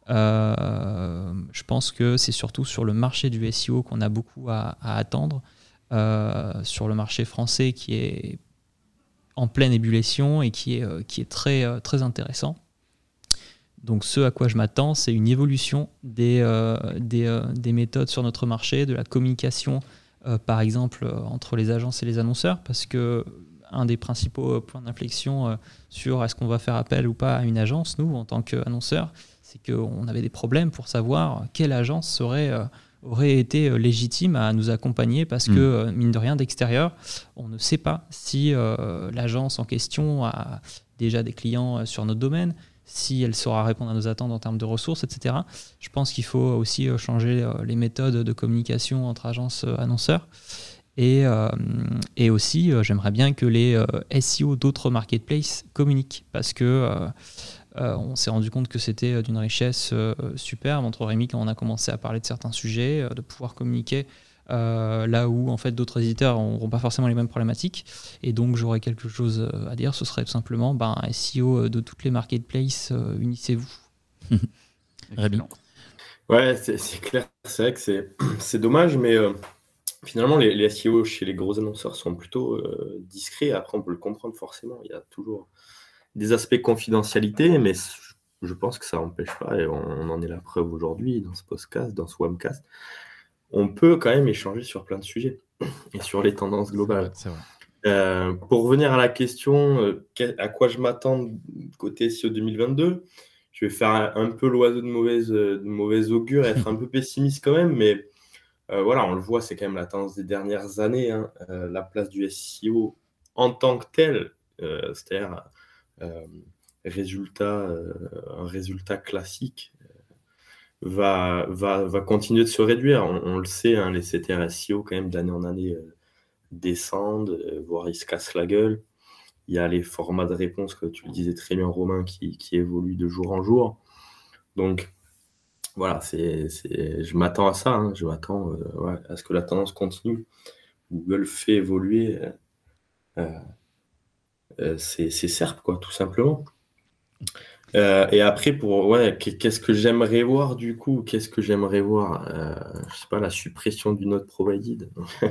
Je pense que c'est surtout sur le marché du SEO qu'on a beaucoup à attendre. Sur le marché français qui est en pleine ébullition et qui est très, très intéressant. Donc, ce à quoi je m'attends, c'est une évolution des méthodes sur notre marché, de la communication, par exemple, entre les agences et les annonceurs, parce que un des principaux points d'inflexion sur est-ce qu'on va faire appel ou pas à une agence, nous, en tant qu'annonceurs, c'est qu'on avait des problèmes pour savoir quelle agence aurait été légitime à nous accompagner parce que, mine de rien, d'extérieur, on ne sait pas si l'agence en question a déjà des clients sur notre domaine, si elle saura répondre à nos attentes en termes de ressources, etc. Je pense qu'il faut aussi changer les méthodes de communication entre agences annonceurs. Et aussi, j'aimerais bien que les SEO d'autres marketplaces communiquent parce que on s'est rendu compte que c'était d'une richesse superbe entre Rémi quand on a commencé à parler de certains sujets, de pouvoir communiquer là où en fait d'autres éditeurs n'auront pas forcément les mêmes problématiques. Et donc j'aurais quelque chose à dire, ce serait tout simplement SEO de toutes les marketplaces, unissez-vous. Rémi. Ouais, c'est clair, c'est vrai que c'est dommage, mais finalement les SEO chez les gros annonceurs sont plutôt discrets. Après, on peut le comprendre forcément, il y a toujours des aspects confidentialité, mais je pense que ça n'empêche pas, et on en est la preuve aujourd'hui dans ce podcast, dans ce webcast, on peut quand même échanger sur plein de sujets et sur les tendances globales. C'est vrai. Pour revenir à la question, à quoi je m'attends côté SEO 2022, je vais faire un peu l'oiseau de mauvaise augure, être un peu pessimiste quand même, mais voilà, on le voit, c'est quand même la tendance des dernières années, hein, la place du SEO en tant que tel, c'est-à-dire un résultat classique va continuer de se réduire. On le sait, hein, les CTR SEO quand même d'année en année descendent, voire ils se cassent la gueule. Il y a les formats de réponse, que tu le disais très bien Romain, qui évoluent de jour en jour. Donc voilà, je m'attends à ça, hein, je m'attends à ce que la tendance continue. Google fait évoluer ses SERPs, quoi, tout simplement. Et après, qu'est-ce que j'aimerais voir du coup? Qu'est-ce que j'aimerais voir? Je sais pas, la suppression du not provided.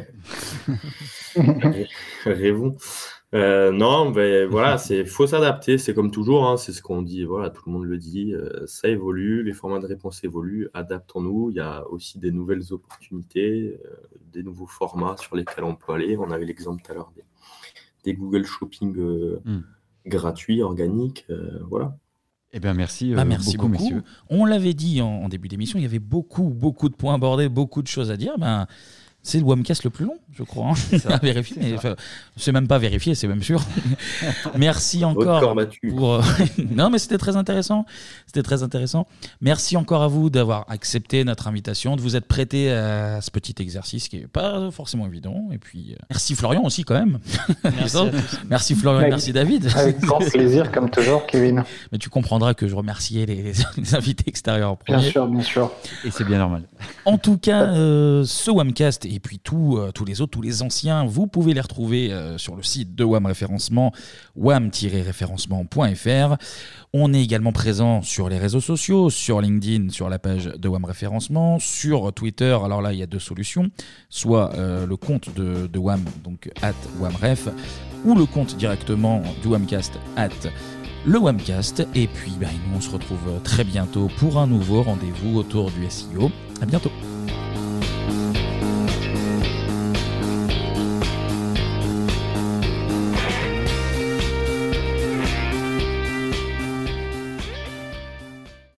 Rêvons. Non, mais voilà, faut s'adapter, c'est comme toujours, hein, c'est ce qu'on dit, voilà, tout le monde le dit, ça évolue, les formats de réponse évoluent, adaptons-nous, il y a aussi des nouvelles opportunités, des nouveaux formats sur lesquels on peut aller. On avait l'exemple tout à l'heure des Google Shopping gratuits, organiques, voilà. Eh bien, merci, merci beaucoup, messieurs. On l'avait dit en début d'émission, il y avait beaucoup de points abordés, beaucoup de choses à dire. C'est le WAMcast le plus long, je crois, hein, à vérifier. Mais c'est même pas vérifié, c'est même sûr. Merci encore pour. Non, mais c'était très intéressant. Merci encore à vous d'avoir accepté notre invitation, de vous être prêté à ce petit exercice qui est pas forcément évident. Et puis merci Florian aussi quand même. Merci Florian, merci David. Avec grand plaisir, comme toujours, Kevin. Mais tu comprendras que je remerciais les invités extérieurs en premier. Bien sûr. Et c'est bien normal. En tout cas, ce WAMcast et puis tous les autres, tous les anciens, vous pouvez les retrouver sur le site de WAM Référencement, wam-référencement.fr. On est également présent sur les réseaux sociaux, sur LinkedIn, sur la page de WAM Référencement, sur Twitter. Alors là, il y a deux solutions, soit le compte de WAM, donc @WAMREF, ou le compte directement du WAMcast @le WAMcast. Et puis, nous, on se retrouve très bientôt pour un nouveau rendez-vous autour du SEO. À bientôt.